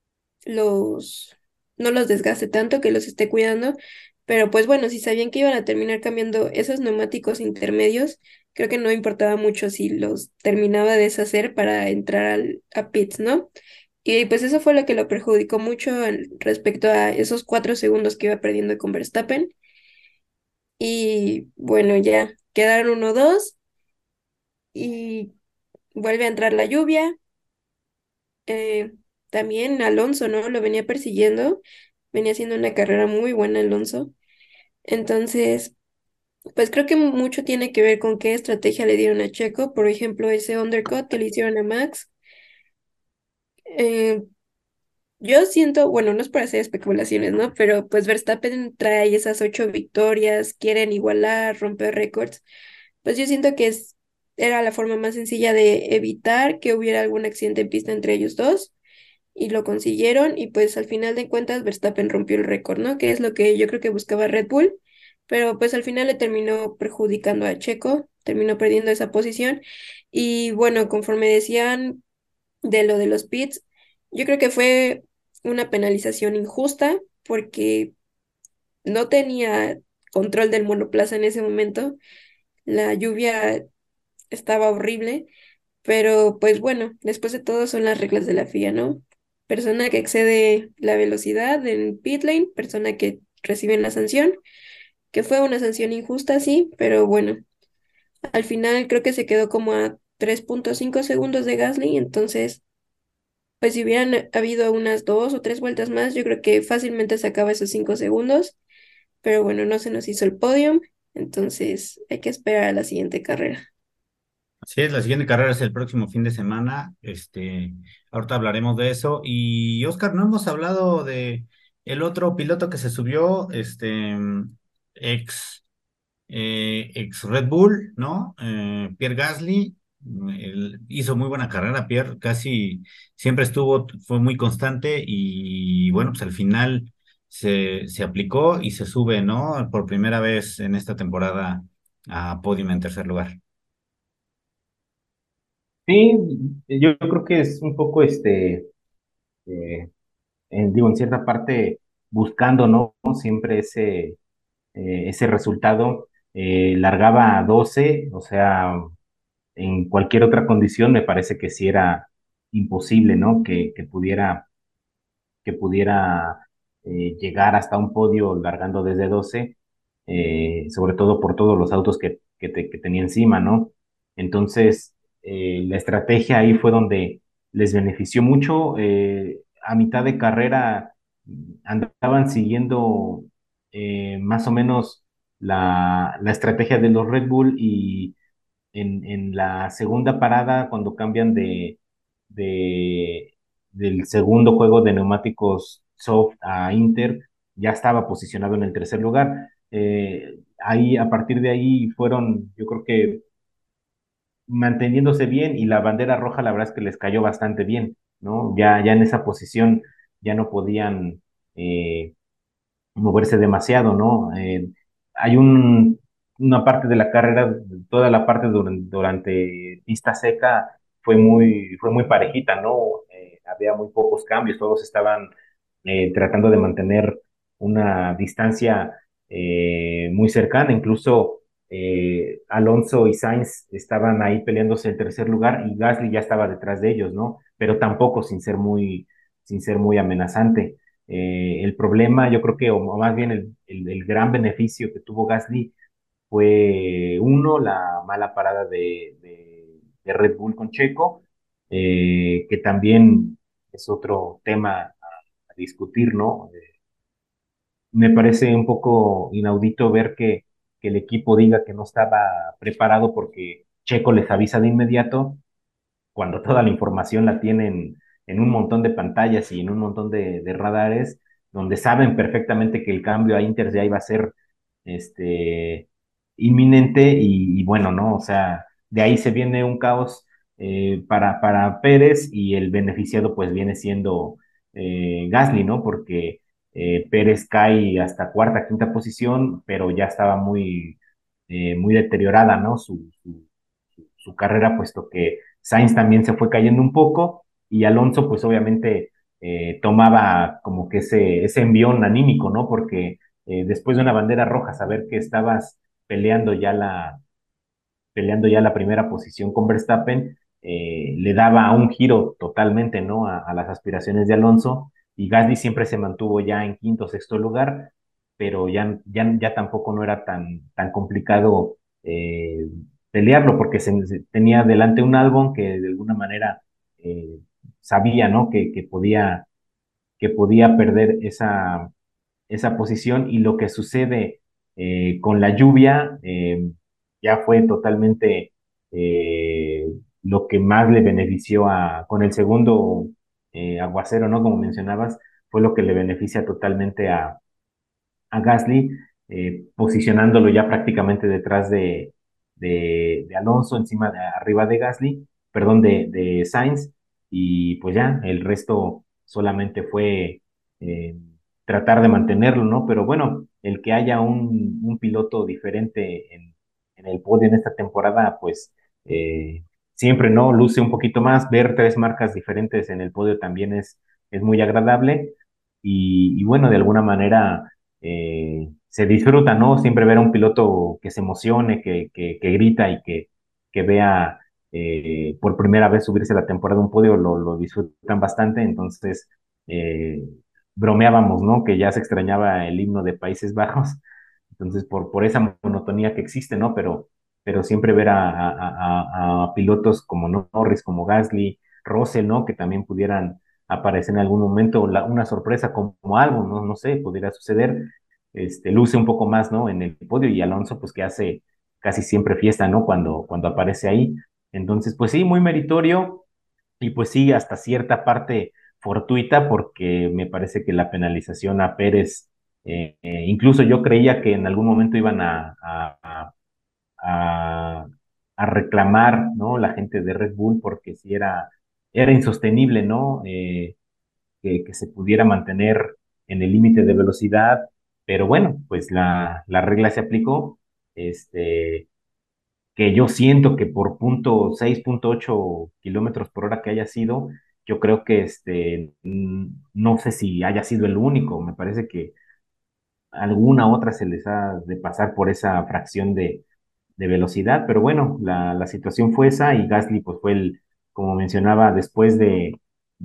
los no los desgaste tanto, que los esté cuidando, pero pues bueno, si sabían que iban a terminar cambiando esos neumáticos intermedios, creo que no importaba mucho si los terminaba de deshacer para entrar al, a pits, ¿no? Y pues eso fue lo que lo perjudicó mucho en- respecto a esos cuatro segundos que iba perdiendo con Verstappen. Y bueno, ya quedaron uno dos y vuelve a entrar la lluvia. Eh, También Alonso, ¿no? Lo venía persiguiendo, venía haciendo una carrera muy buena Alonso. Entonces, pues creo que mucho tiene que ver con qué estrategia le dieron a Checo. Por ejemplo, ese undercut que le hicieron a Max. Eh, yo siento, bueno, no es para hacer especulaciones, ¿no? Pero pues Verstappen trae esas ocho victorias, quieren igualar, romper récords. Pues yo siento que es, era la forma más sencilla de evitar que hubiera algún accidente en pista entre ellos dos y lo consiguieron y pues al final de cuentas Verstappen rompió el récord, ¿no? Que es lo que yo creo que buscaba Red Bull, pero pues al final le terminó perjudicando a Checo, terminó perdiendo esa posición y bueno, conforme decían de lo de los pits, yo creo que fue una penalización injusta porque no tenía control del monoplaza en ese momento, la lluvia estaba horrible, pero pues bueno, después de todo son las reglas de la F I A, ¿no? Persona que excede la velocidad en pit lane, persona que recibe la sanción, que fue una sanción injusta, sí, pero bueno, al final creo que se quedó como a tres punto cinco segundos de Gasly, entonces pues si hubieran habido unas dos o tres vueltas más, yo creo que fácilmente sacaba esos cinco segundos, pero bueno, no se nos hizo el podium, entonces hay que esperar a la siguiente carrera. Así es, la siguiente carrera es el próximo fin de semana. Este, ahorita hablaremos de eso. Y Oscar, no hemos hablado de el otro piloto que se subió, este, ex, eh, ex Red Bull, ¿no? Eh, Pierre Gasly. Mm, él hizo muy buena carrera, Pierre, casi siempre estuvo, fue muy constante y bueno, pues al final se, se aplicó y se sube, ¿no? Por primera vez en esta temporada a podium en tercer lugar. Sí, yo, yo creo que es un poco, este, eh, en- digo, en cierta parte buscando, ¿no? Siempre ese, eh, ese resultado. Eh, largaba a doce, o sea, en cualquier otra condición me parece que sí era imposible, ¿no? Que, que pudiera que pudiera eh, llegar hasta un podio largando desde doce, eh, sobre todo por todos los autos que, que, te- que tenía encima, ¿no? Entonces, eh, la estrategia ahí fue donde les benefició mucho. Eh, a mitad de carrera mm, andaban siguiendo eh, más o menos la, la estrategia de los Red Bull y en, en la segunda parada, cuando cambian de, de, del segundo juego de neumáticos soft a Inter, ya estaba posicionado en el tercer lugar. Eh, ahí, a partir de ahí, fueron, yo creo que manteniéndose bien y la bandera roja, la verdad es que les cayó bastante bien, ¿no? Ya, ya en esa posición ya no podían eh, moverse demasiado, ¿no? Eh, hay un, una parte de la carrera, toda la parte durante, durante pista seca fue muy, fue muy parejita, ¿no? Eh, había muy pocos cambios, todos estaban eh, tratando de mantener una distancia eh, muy cercana, incluso eh, Alonso y Sainz estaban ahí peleándose el tercer lugar y Gasly ya estaba detrás de ellos, ¿no? Pero tampoco sin ser muy, sin ser muy amenazante. Eh, el problema, yo creo que, o, o más bien el, el, el, gran beneficio que tuvo Gasly fue, uno, la mala parada de, de, de Red Bull con Checo, eh, que también es otro tema a, a discutir, ¿no? Eh, me parece un poco inaudito ver que, que el equipo diga que no estaba preparado porque Checo les avisa de inmediato cuando toda la información la tienen en un montón de pantallas y en un montón de, de radares, donde saben perfectamente que el cambio a Inter ya iba a ser este, inminente y, y bueno, ¿no? O sea, de ahí se viene un caos eh, para, para Pérez y el beneficiado pues viene siendo eh, Gasly, ¿no? Porque eh, Pérez cae hasta cuarta, quinta posición, pero ya estaba muy, eh, muy deteriorada, ¿no? Su, su, su carrera, puesto que Sainz también se fue cayendo un poco y Alonso pues obviamente eh, tomaba como que ese, ese envión anímico, ¿no? Porque eh, después de una bandera roja, saber que estabas peleando ya la, peleando ya la primera posición con Verstappen, eh, le daba un giro totalmente, ¿no? A, a, las aspiraciones de Alonso y Gasly siempre se mantuvo ya en quinto, sexto lugar, pero ya, ya, ya tampoco no era tan, tan complicado eh, pelearlo porque se, se tenía delante un Albon que de alguna manera eh, sabía, ¿no? Que, que, podía, que podía perder esa, esa posición y lo que sucede eh, con la lluvia eh, ya fue totalmente eh, lo que más le benefició a, con el segundo eh, aguacero, ¿no? Como mencionabas, fue lo que le beneficia totalmente a, a Gasly, eh, posicionándolo ya prácticamente detrás de, de, de Alonso, encima de, arriba de Gasly, perdón, de, de Sainz, y pues ya, el resto solamente fue eh, tratar de mantenerlo, ¿no? Pero bueno, el que haya un, un piloto diferente en, en, el podio en esta temporada, pues eh, siempre, ¿no? Luce un poquito más, ver tres marcas diferentes en el podio también es, es muy agradable, y, y bueno, de alguna manera eh, se disfruta, ¿no? Siempre ver a un piloto que se emocione, que, que, que grita y que, que vea eh, por primera vez subirse a la temporada de un podio, lo, lo disfrutan bastante. Entonces, eh, bromeábamos, ¿no? Que ya se extrañaba el himno de Países Bajos. Entonces, por, por esa monotonía que existe, ¿no? Pero, pero siempre ver a, a, a, a pilotos como Norris, como Gasly, Russell, ¿no? Que también pudieran aparece en algún momento la- una sorpresa como, como algo, ¿no? No sé, podría suceder, este, luce un poco más, ¿no? En el podio y Alonso, pues que hace casi siempre fiesta, ¿no? Cuando, cuando aparece ahí. Entonces, pues sí, muy meritorio y pues sí, hasta cierta parte fortuita porque me parece que la penalización a Pérez, eh, eh, incluso yo creía que en algún momento iban a, a, a, a- a reclamar, ¿no? La gente de Red Bull porque sí era, era insostenible, ¿no? Eh, que, que se pudiera mantener en el límite de velocidad, pero bueno, pues la, la regla se aplicó, este, que yo siento que por punto seis punto ocho kilómetros por hora que haya sido, yo creo que este, mm, no sé si haya sido el único, me parece que alguna otra se les ha de pasar por esa fracción de, de velocidad, pero bueno, la, la situación fue esa y Gasly pues fue el, como mencionaba, después de,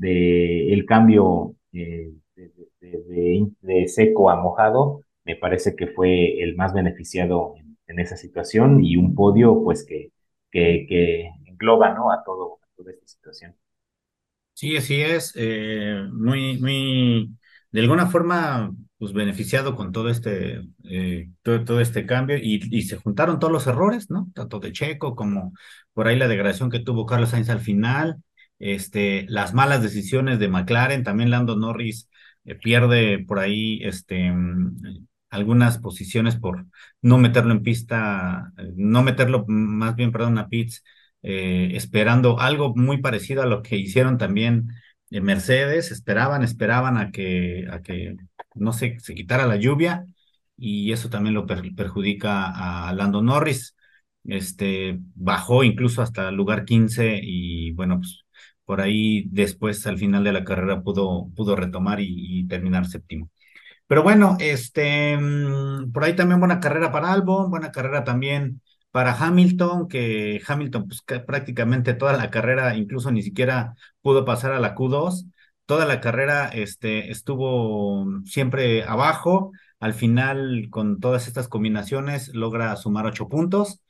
de el cambio eh, de, de- de- de seco a mojado, me parece que fue el más beneficiado en, en esa situación y un podio pues que, que, que engloba, ¿no? A todo, a toda esta situación. Sí, así es, eh, muy, muy, de alguna forma, pues beneficiado con todo este, eh, todo, todo este cambio y, y se juntaron todos los errores, ¿no? Tanto de Checo como por ahí la degradación que tuvo Carlos Sainz al final, este, las malas decisiones de McLaren, también Lando Norris eh, pierde por ahí, este, mm, algunas posiciones por no meterlo en pista, eh, no meterlo, mm, más bien, perdón, a pits eh, esperando algo muy parecido a lo que hicieron también en Mercedes, esperaban, esperaban a que, a que, no sé, se quitara la lluvia y eso también lo per- perjudica a Lando Norris. Este, bajó incluso hasta el lugar quince y bueno, pues por ahí después al final de la carrera pudo, pudo retomar y, y terminar séptimo. Pero bueno, este, mm, por ahí también buena carrera para Albon, buena carrera también para Hamilton, que Hamilton pues que prácticamente toda la carrera, incluso ni siquiera pudo pasar a la Q dos, toda la carrera este, estuvo siempre abajo, al final con todas estas combinaciones logra sumar ocho puntos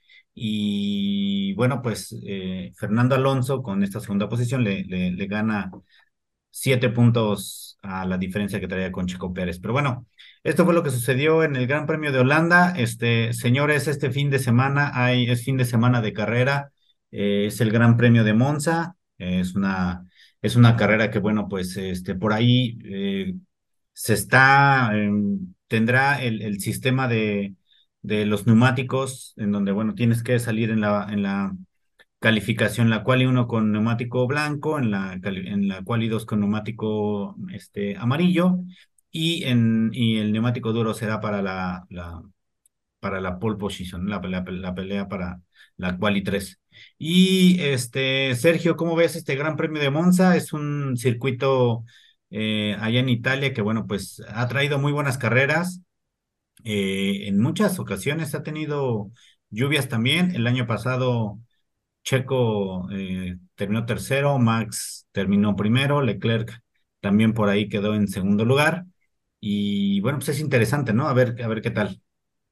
y bueno, pues eh, Fernando Alonso con esta segunda posición le, le, le gana siete puntos a la diferencia que traía con Checo Pérez. Pero bueno, esto fue lo que sucedió en el Gran Premio de Holanda. Este, señores, este fin de semana hay, es fin de semana de carrera, eh, es el Gran Premio de Monza, eh, es una, es una carrera que, bueno, pues este, por ahí eh, se está, eh, tendrá el, el sistema de, de los neumáticos, en donde, bueno, tienes que salir en la, en la calificación, la quali uno con neumático blanco, en la, cali- en la quali dos con neumático este, amarillo y, en, y el neumático duro será para la, la, para la pole position, la, la, la pelea para la quali tres. Y este, Sergio, ¿cómo ves este Gran Premio de Monza? Es un circuito eh, allá en Italia que, bueno, pues ha traído muy buenas carreras. Eh, en muchas ocasiones ha tenido lluvias también. El año pasado Checo eh, terminó tercero, Max terminó primero, Leclerc también por ahí quedó en segundo lugar. Y bueno, pues es interesante, ¿no? A ver, a ver qué tal.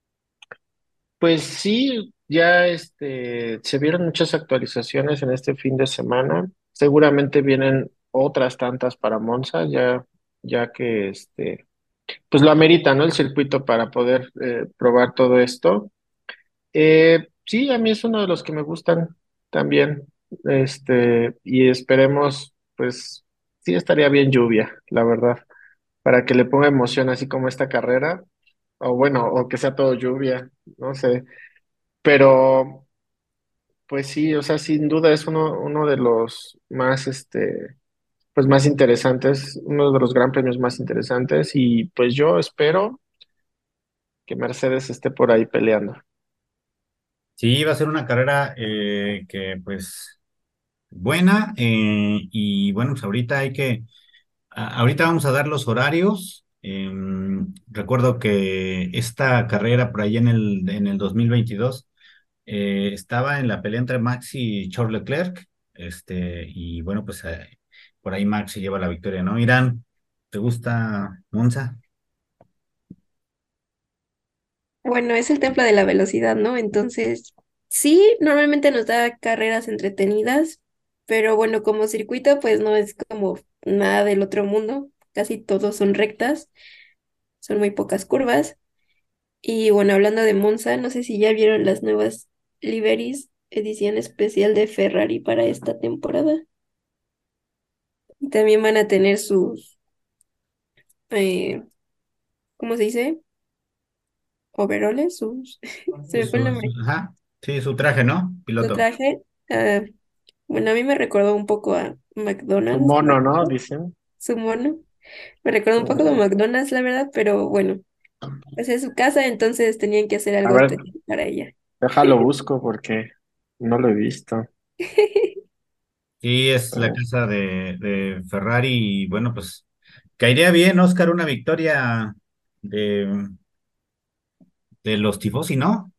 Pues sí, ya este, se vieron muchas actualizaciones en este fin de semana. Seguramente vienen otras tantas para Monza, ya, ya que este, pues lo amerita, ¿no? El circuito para poder eh, probar todo esto. Eh, sí, a mí es uno de los que me gustan también. Este, y esperemos, pues sí estaría bien lluvia, la verdad, para que le ponga emoción así como esta carrera, o bueno, o que sea todo lluvia, no sé. Pero pues sí, o sea, sin duda es uno, uno de los más, este, pues más interesantes, uno de los gran premios más interesantes y pues yo espero que Mercedes esté por ahí peleando. Sí, va a ser una carrera eh, que pues buena eh, y bueno, pues ahorita hay que, a- ahorita vamos a dar los horarios. Em, recuerdo que esta carrera por ahí en el, en el dos mil veintidós eh, estaba en la pelea entre Max y Charles Leclerc, este, y bueno, pues eh, por ahí Max se lleva la victoria, ¿no? Irán, ¿te gusta Monza? Bueno, es el templo de la velocidad, ¿no? Entonces, sí, normalmente nos da carreras entretenidas, pero bueno, como circuito, pues no es como nada del otro mundo, casi todos son rectas, son muy pocas curvas. Y bueno, hablando de Monza, no sé si ya vieron las nuevas liveries, edición especial de Ferrari para esta temporada. Y también van a tener sus, eh, ¿cómo se dice? Overoles, sus, se Sí, me fue el su, su- nombre, ajá, sí, su traje, ¿no? su Piloto. traje. Ah, bueno, a mí me recordó un poco a Su McDonald's, la mono, ¿no? verdad, Dicen. su mono. Me recordó un poco a McDonald's, la verdad, pero bueno, pues es su casa, entonces tenían que hacer A algo ver, especial para ella. déjalo busco porque no lo he visto. Sí, es la Eh, casa de, de Ferrari y bueno, pues caería bien, Oscar, una victoria de, de los tifosi, ¿no?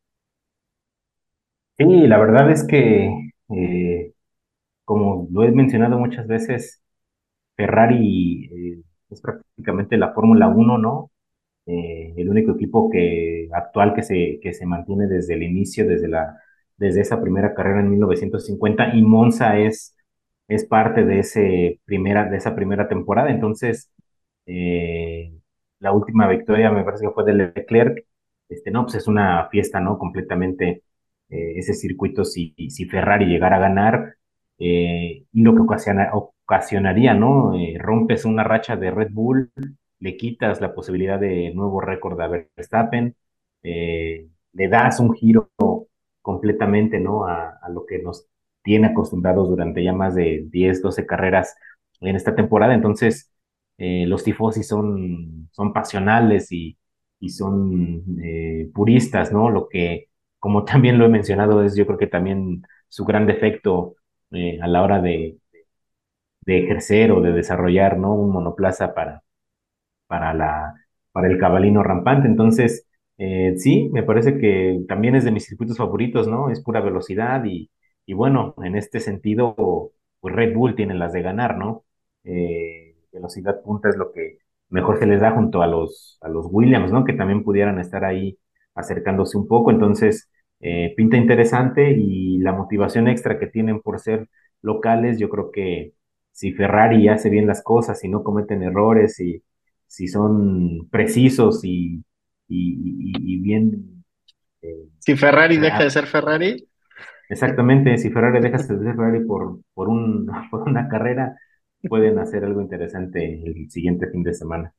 Sí, la verdad es que, eh, como lo he mencionado muchas veces, Ferrari eh, es prácticamente la Fórmula Uno, ¿no? Eh, el único equipo que, actual que se, que se mantiene desde el inicio, desde la, desde esa primera carrera en mil novecientos cincuenta, y Monza es, es parte de, ese primera, de esa primera temporada. Entonces, eh, la última victoria me parece que fue de Leclerc. Este, no, pues es una fiesta, ¿no? Completamente eh, ese circuito, si, si Ferrari llegara a ganar, eh, y lo que ocasiona- ocasionaría, ¿no? Eh, rompes una racha de Red Bull, le quitas la posibilidad de nuevo récord a Verstappen, eh, le das un giro completamente, ¿no? A, a lo que nos tiene acostumbrados durante ya más de diez doce carreras en esta temporada. Entonces, eh, los tifosi son, son pasionales y, y son eh, puristas, ¿no? Lo que, como también lo he mencionado, es yo creo que también su gran defecto eh, a la hora de, de ejercer o de desarrollar, ¿no? Un monoplaza para, para la, para el cabalino rampante. Entonces, eh, sí, me parece que también es de mis circuitos favoritos, ¿no? Es pura velocidad y, y bueno, en este sentido, pues Red Bull tiene las de ganar, ¿no? Eh, velocidad punta es lo que mejor se les da junto a los, a los Williams, ¿no? Que también pudieran estar ahí acercándose un poco. Entonces, eh, pinta interesante y la motivación extra que tienen por ser locales, yo creo que si Ferrari hace bien las cosas, si no cometen errores y si son precisos y, y, y- y bien, eh, Si Ferrari deja de ah, ser Ferrari, exactamente, si Ferrari deja de ser Ferrari por, por, un, por una carrera, pueden hacer algo interesante el siguiente fin de semana.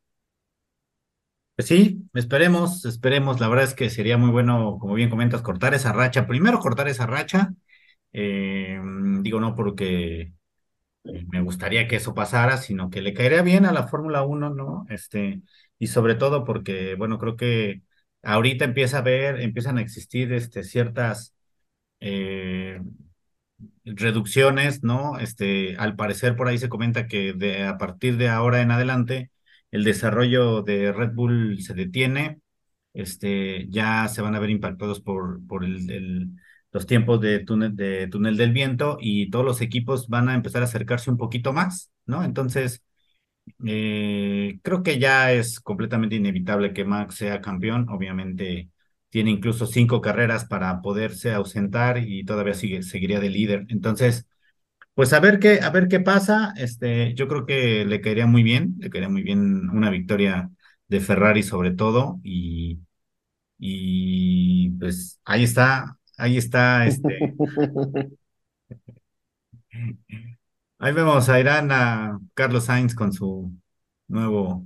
Pues sí, esperemos, esperemos. La verdad es que sería muy bueno, como bien comentas, cortar esa racha. Primero cortar esa racha. Eh, digo, no porque eh, me gustaría que eso pasara, sino que le caería bien a la Fórmula Uno, ¿no? Este, y sobre todo porque, bueno, creo que ahorita empieza a haber, empiezan a existir este, ciertas eh, reducciones, ¿no? Este, al parecer por ahí se comenta que de, a partir de ahora en adelante el desarrollo de Red Bull se detiene, este, ya se van a ver impactados por, por el, el- los tiempos de túnel, de túnel del viento y todos los equipos van a empezar a acercarse un poquito más, ¿no? Entonces, eh, creo que ya es completamente inevitable que Max sea campeón. Obviamente tiene incluso cinco carreras para poderse ausentar y todavía sigue, seguiría de líder. Entonces, pues a ver qué, a ver qué pasa. Este, yo creo que le caería muy bien, le caería muy bien una victoria de Ferrari sobre todo. Y, y pues ahí está, ahí está, este, ahí vemos a Irán a Carlos Sainz con su nuevo,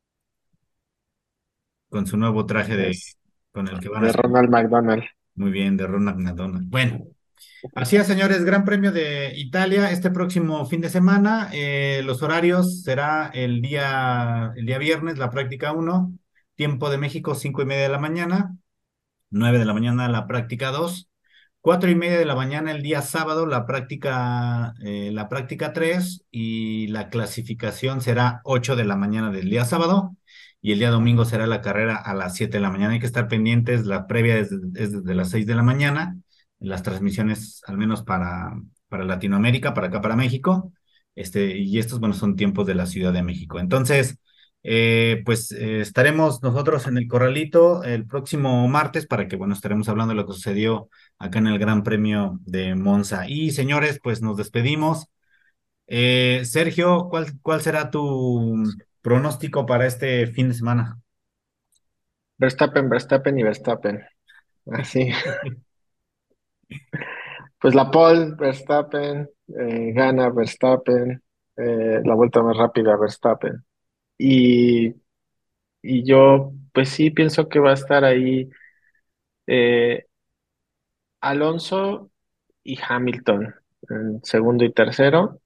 con su nuevo traje de, es con el que van a de hacer. Ronald McDonald. Muy bien, de Ronald McDonald. Bueno, así es, señores, Gran Premio de Italia este próximo fin de semana. Eh, los horarios será el día, el día viernes, la práctica uno, tiempo de México, cinco y media de la mañana, nueve de la mañana la práctica dos, cuatro y media de la mañana el día sábado la práctica, eh, la práctica tres y la clasificación será ocho de la mañana del día sábado y el día domingo será la carrera a las siete de la mañana. Hay que estar pendientes, la previa es, es desde las seis de la mañana, las transmisiones al menos para, para Latinoamérica, para acá, para México, este, y estos, bueno, son tiempos de la Ciudad de México. Entonces, eh, pues eh, estaremos nosotros en el Corralito el próximo martes para que, bueno, estaremos hablando de lo que sucedió acá en el Gran Premio de Monza. Y señores, pues nos despedimos. Eh, Sergio, ¿cuál, cuál será tu pronóstico para este fin de semana? Verstappen, Verstappen y Verstappen. Así. Pues la pole, Verstappen, eh, gana Verstappen, eh, la vuelta más rápida, Verstappen. Y, y yo, pues sí, pienso que va a estar ahí eh, Alonso y Hamilton en segundo y tercero.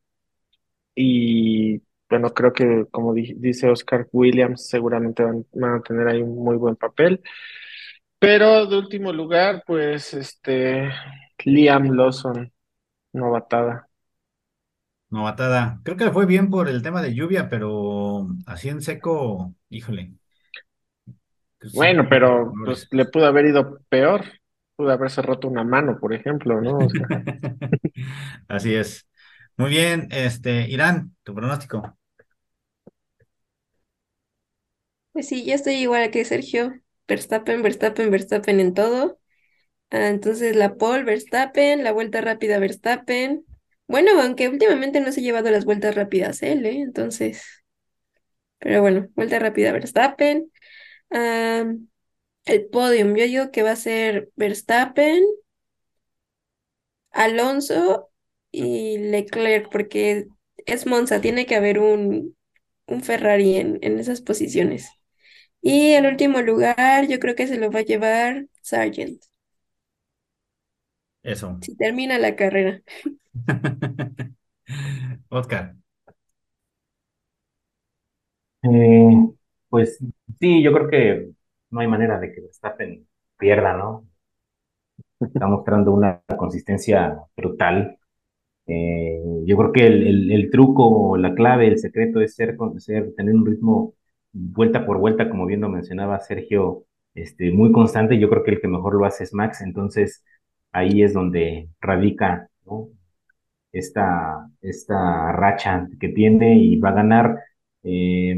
Y bueno, creo que como di- dice Oscar, Williams seguramente van, van a tener ahí un muy buen papel. Pero de último lugar, pues este Liam Lawson, novatada. Novatada. Creo que le fue bien por el tema de lluvia, pero así en seco, híjole, pues sí Bueno, tuvo pero pues errores. le pudo haber ido peor, pudo haberse roto una mano, por ejemplo, ¿no? O sea, Así es. Muy bien, este, Irán, tu pronóstico. Pues sí, ya estoy igual que Sergio. Verstappen, Verstappen, Verstappen en todo. Ah, entonces la pole, Verstappen, la vuelta rápida, Verstappen. Bueno, aunque últimamente no se ha llevado las vueltas rápidas él, ¿eh? Entonces, pero bueno, vuelta rápida, Verstappen. Ah, el podium, yo digo que va a ser Verstappen, Alonso y Leclerc, porque es Monza, tiene que haber un, un Ferrari en, en esas posiciones. Y el último lugar, yo creo que se lo va a llevar Sargent, Eso. si termina la carrera. Oscar. Eh, pues sí, yo creo que no hay manera de que Verstappen pierda, ¿no? Está mostrando una consistencia brutal. Eh, yo creo que el, el, el truco, la clave, el secreto es ser, con- ser, tener un ritmo vuelta por vuelta, como bien lo mencionaba Sergio, este, muy constante. Yo creo que el que mejor lo hace es Max, entonces ahí es donde radica, ¿no? esta, esta racha que tiene y va a ganar. Eh,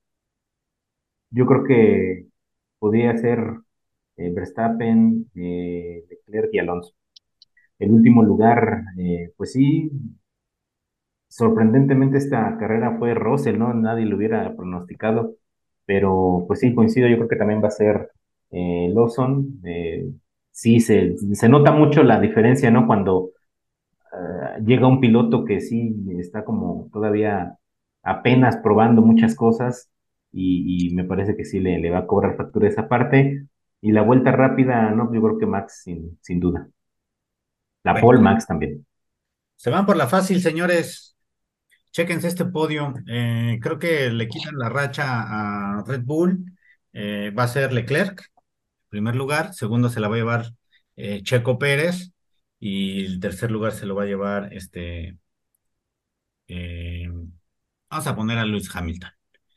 yo creo que podría ser eh, Verstappen, eh, Leclerc y Alonso. El último lugar, eh, pues sí, sorprendentemente esta carrera fue Russell, ¿no? Nadie lo hubiera pronosticado, pero pues sí, coincido, yo creo que también va a ser eh, Lawson. Eh, sí, se, se nota mucho la diferencia, ¿no? Cuando eh, llega un piloto que sí está como todavía apenas probando muchas cosas y, y me parece que sí le, le va a cobrar factura esa parte. Y la vuelta rápida, no, yo creo que Max sin, sin duda. La Bueno, Paul Max también. se van por la fácil, señores. Chéquense este podio. Eh, creo que le quitan la racha a Red Bull. Eh, va a ser Leclerc, primer lugar. Segundo se la va a llevar eh, Checo Pérez. Y el tercer lugar se lo va a llevar este. eh, Vamos a poner a Lewis Hamilton.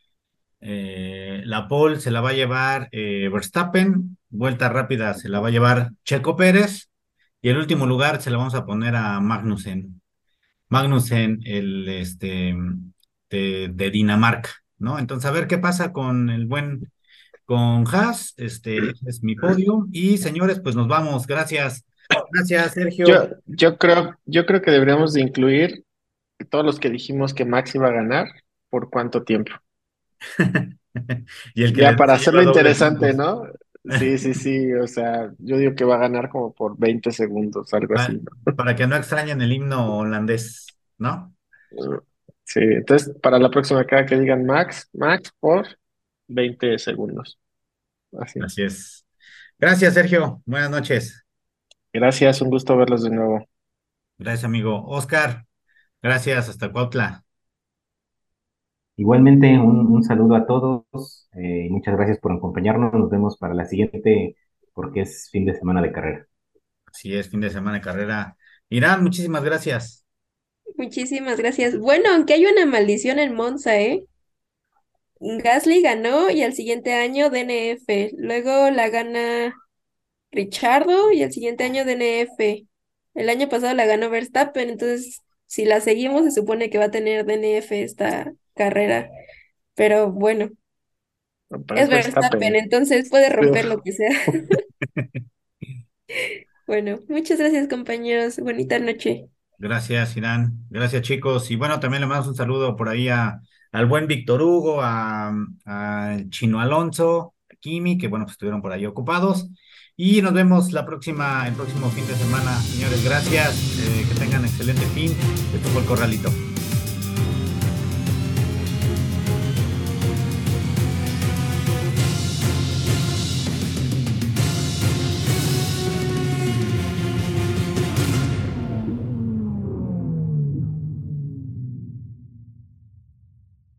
Eh, la pole se la va a llevar eh, Verstappen. Vuelta rápida se la va a llevar Checo Pérez. Y el último lugar se la vamos a poner a Magnussen. Magnussen, el este de, de Dinamarca, ¿no? Entonces, a ver qué pasa con el buen, con Haas, este, ese es mi podio. Y señores, pues nos vamos. Gracias. Gracias, yo, Sergio. yo creo, yo creo que deberíamos de incluir todos los que dijimos que Max iba a ganar, ¿por cuánto tiempo? Y el que le Ya dé para se lleva hacerlo doble interesante, puntos. ¿no? Sí, sí, sí, o sea, yo digo que va a ganar como por veinte segundos, algo así, Pa- Para que no extrañen el himno holandés, ¿no? ¿no? Sí, entonces para la próxima, cada que digan Max, Max por veinte segundos, así. Así es. Gracias, Sergio. Buenas noches. Gracias, un gusto verlos de nuevo. Gracias, amigo. Oscar, gracias. Hasta Cuautla. Igualmente, un, un saludo a todos eh, y muchas gracias por acompañarnos. Nos vemos para la siguiente porque es fin de semana de carrera. Así es, fin de semana de carrera. Irán, muchísimas gracias. Muchísimas gracias. Bueno, aunque hay una maldición en Monza, ¿eh? Gasly ganó y al siguiente año D N F. Luego la gana Richardo y el siguiente año D N F. El año pasado la ganó Verstappen, entonces si la seguimos se supone que va a tener D N F esta carrera. Pero bueno, Pero es es Verstappen, Verstappen. entonces puede Sí. romper lo que sea. Bueno, muchas gracias compañeros. Bonita noche. Gracias, Irán. Gracias, chicos. Y bueno, también le mando un saludo por ahí a, al buen Víctor Hugo, a, a Chino Alonso, a Kimi, que bueno, pues estuvieron por ahí ocupados. Y nos vemos la próxima, el próximo fin de semana, señores. Gracias. Eh, que tengan excelente fin. Esto fue el Corralito.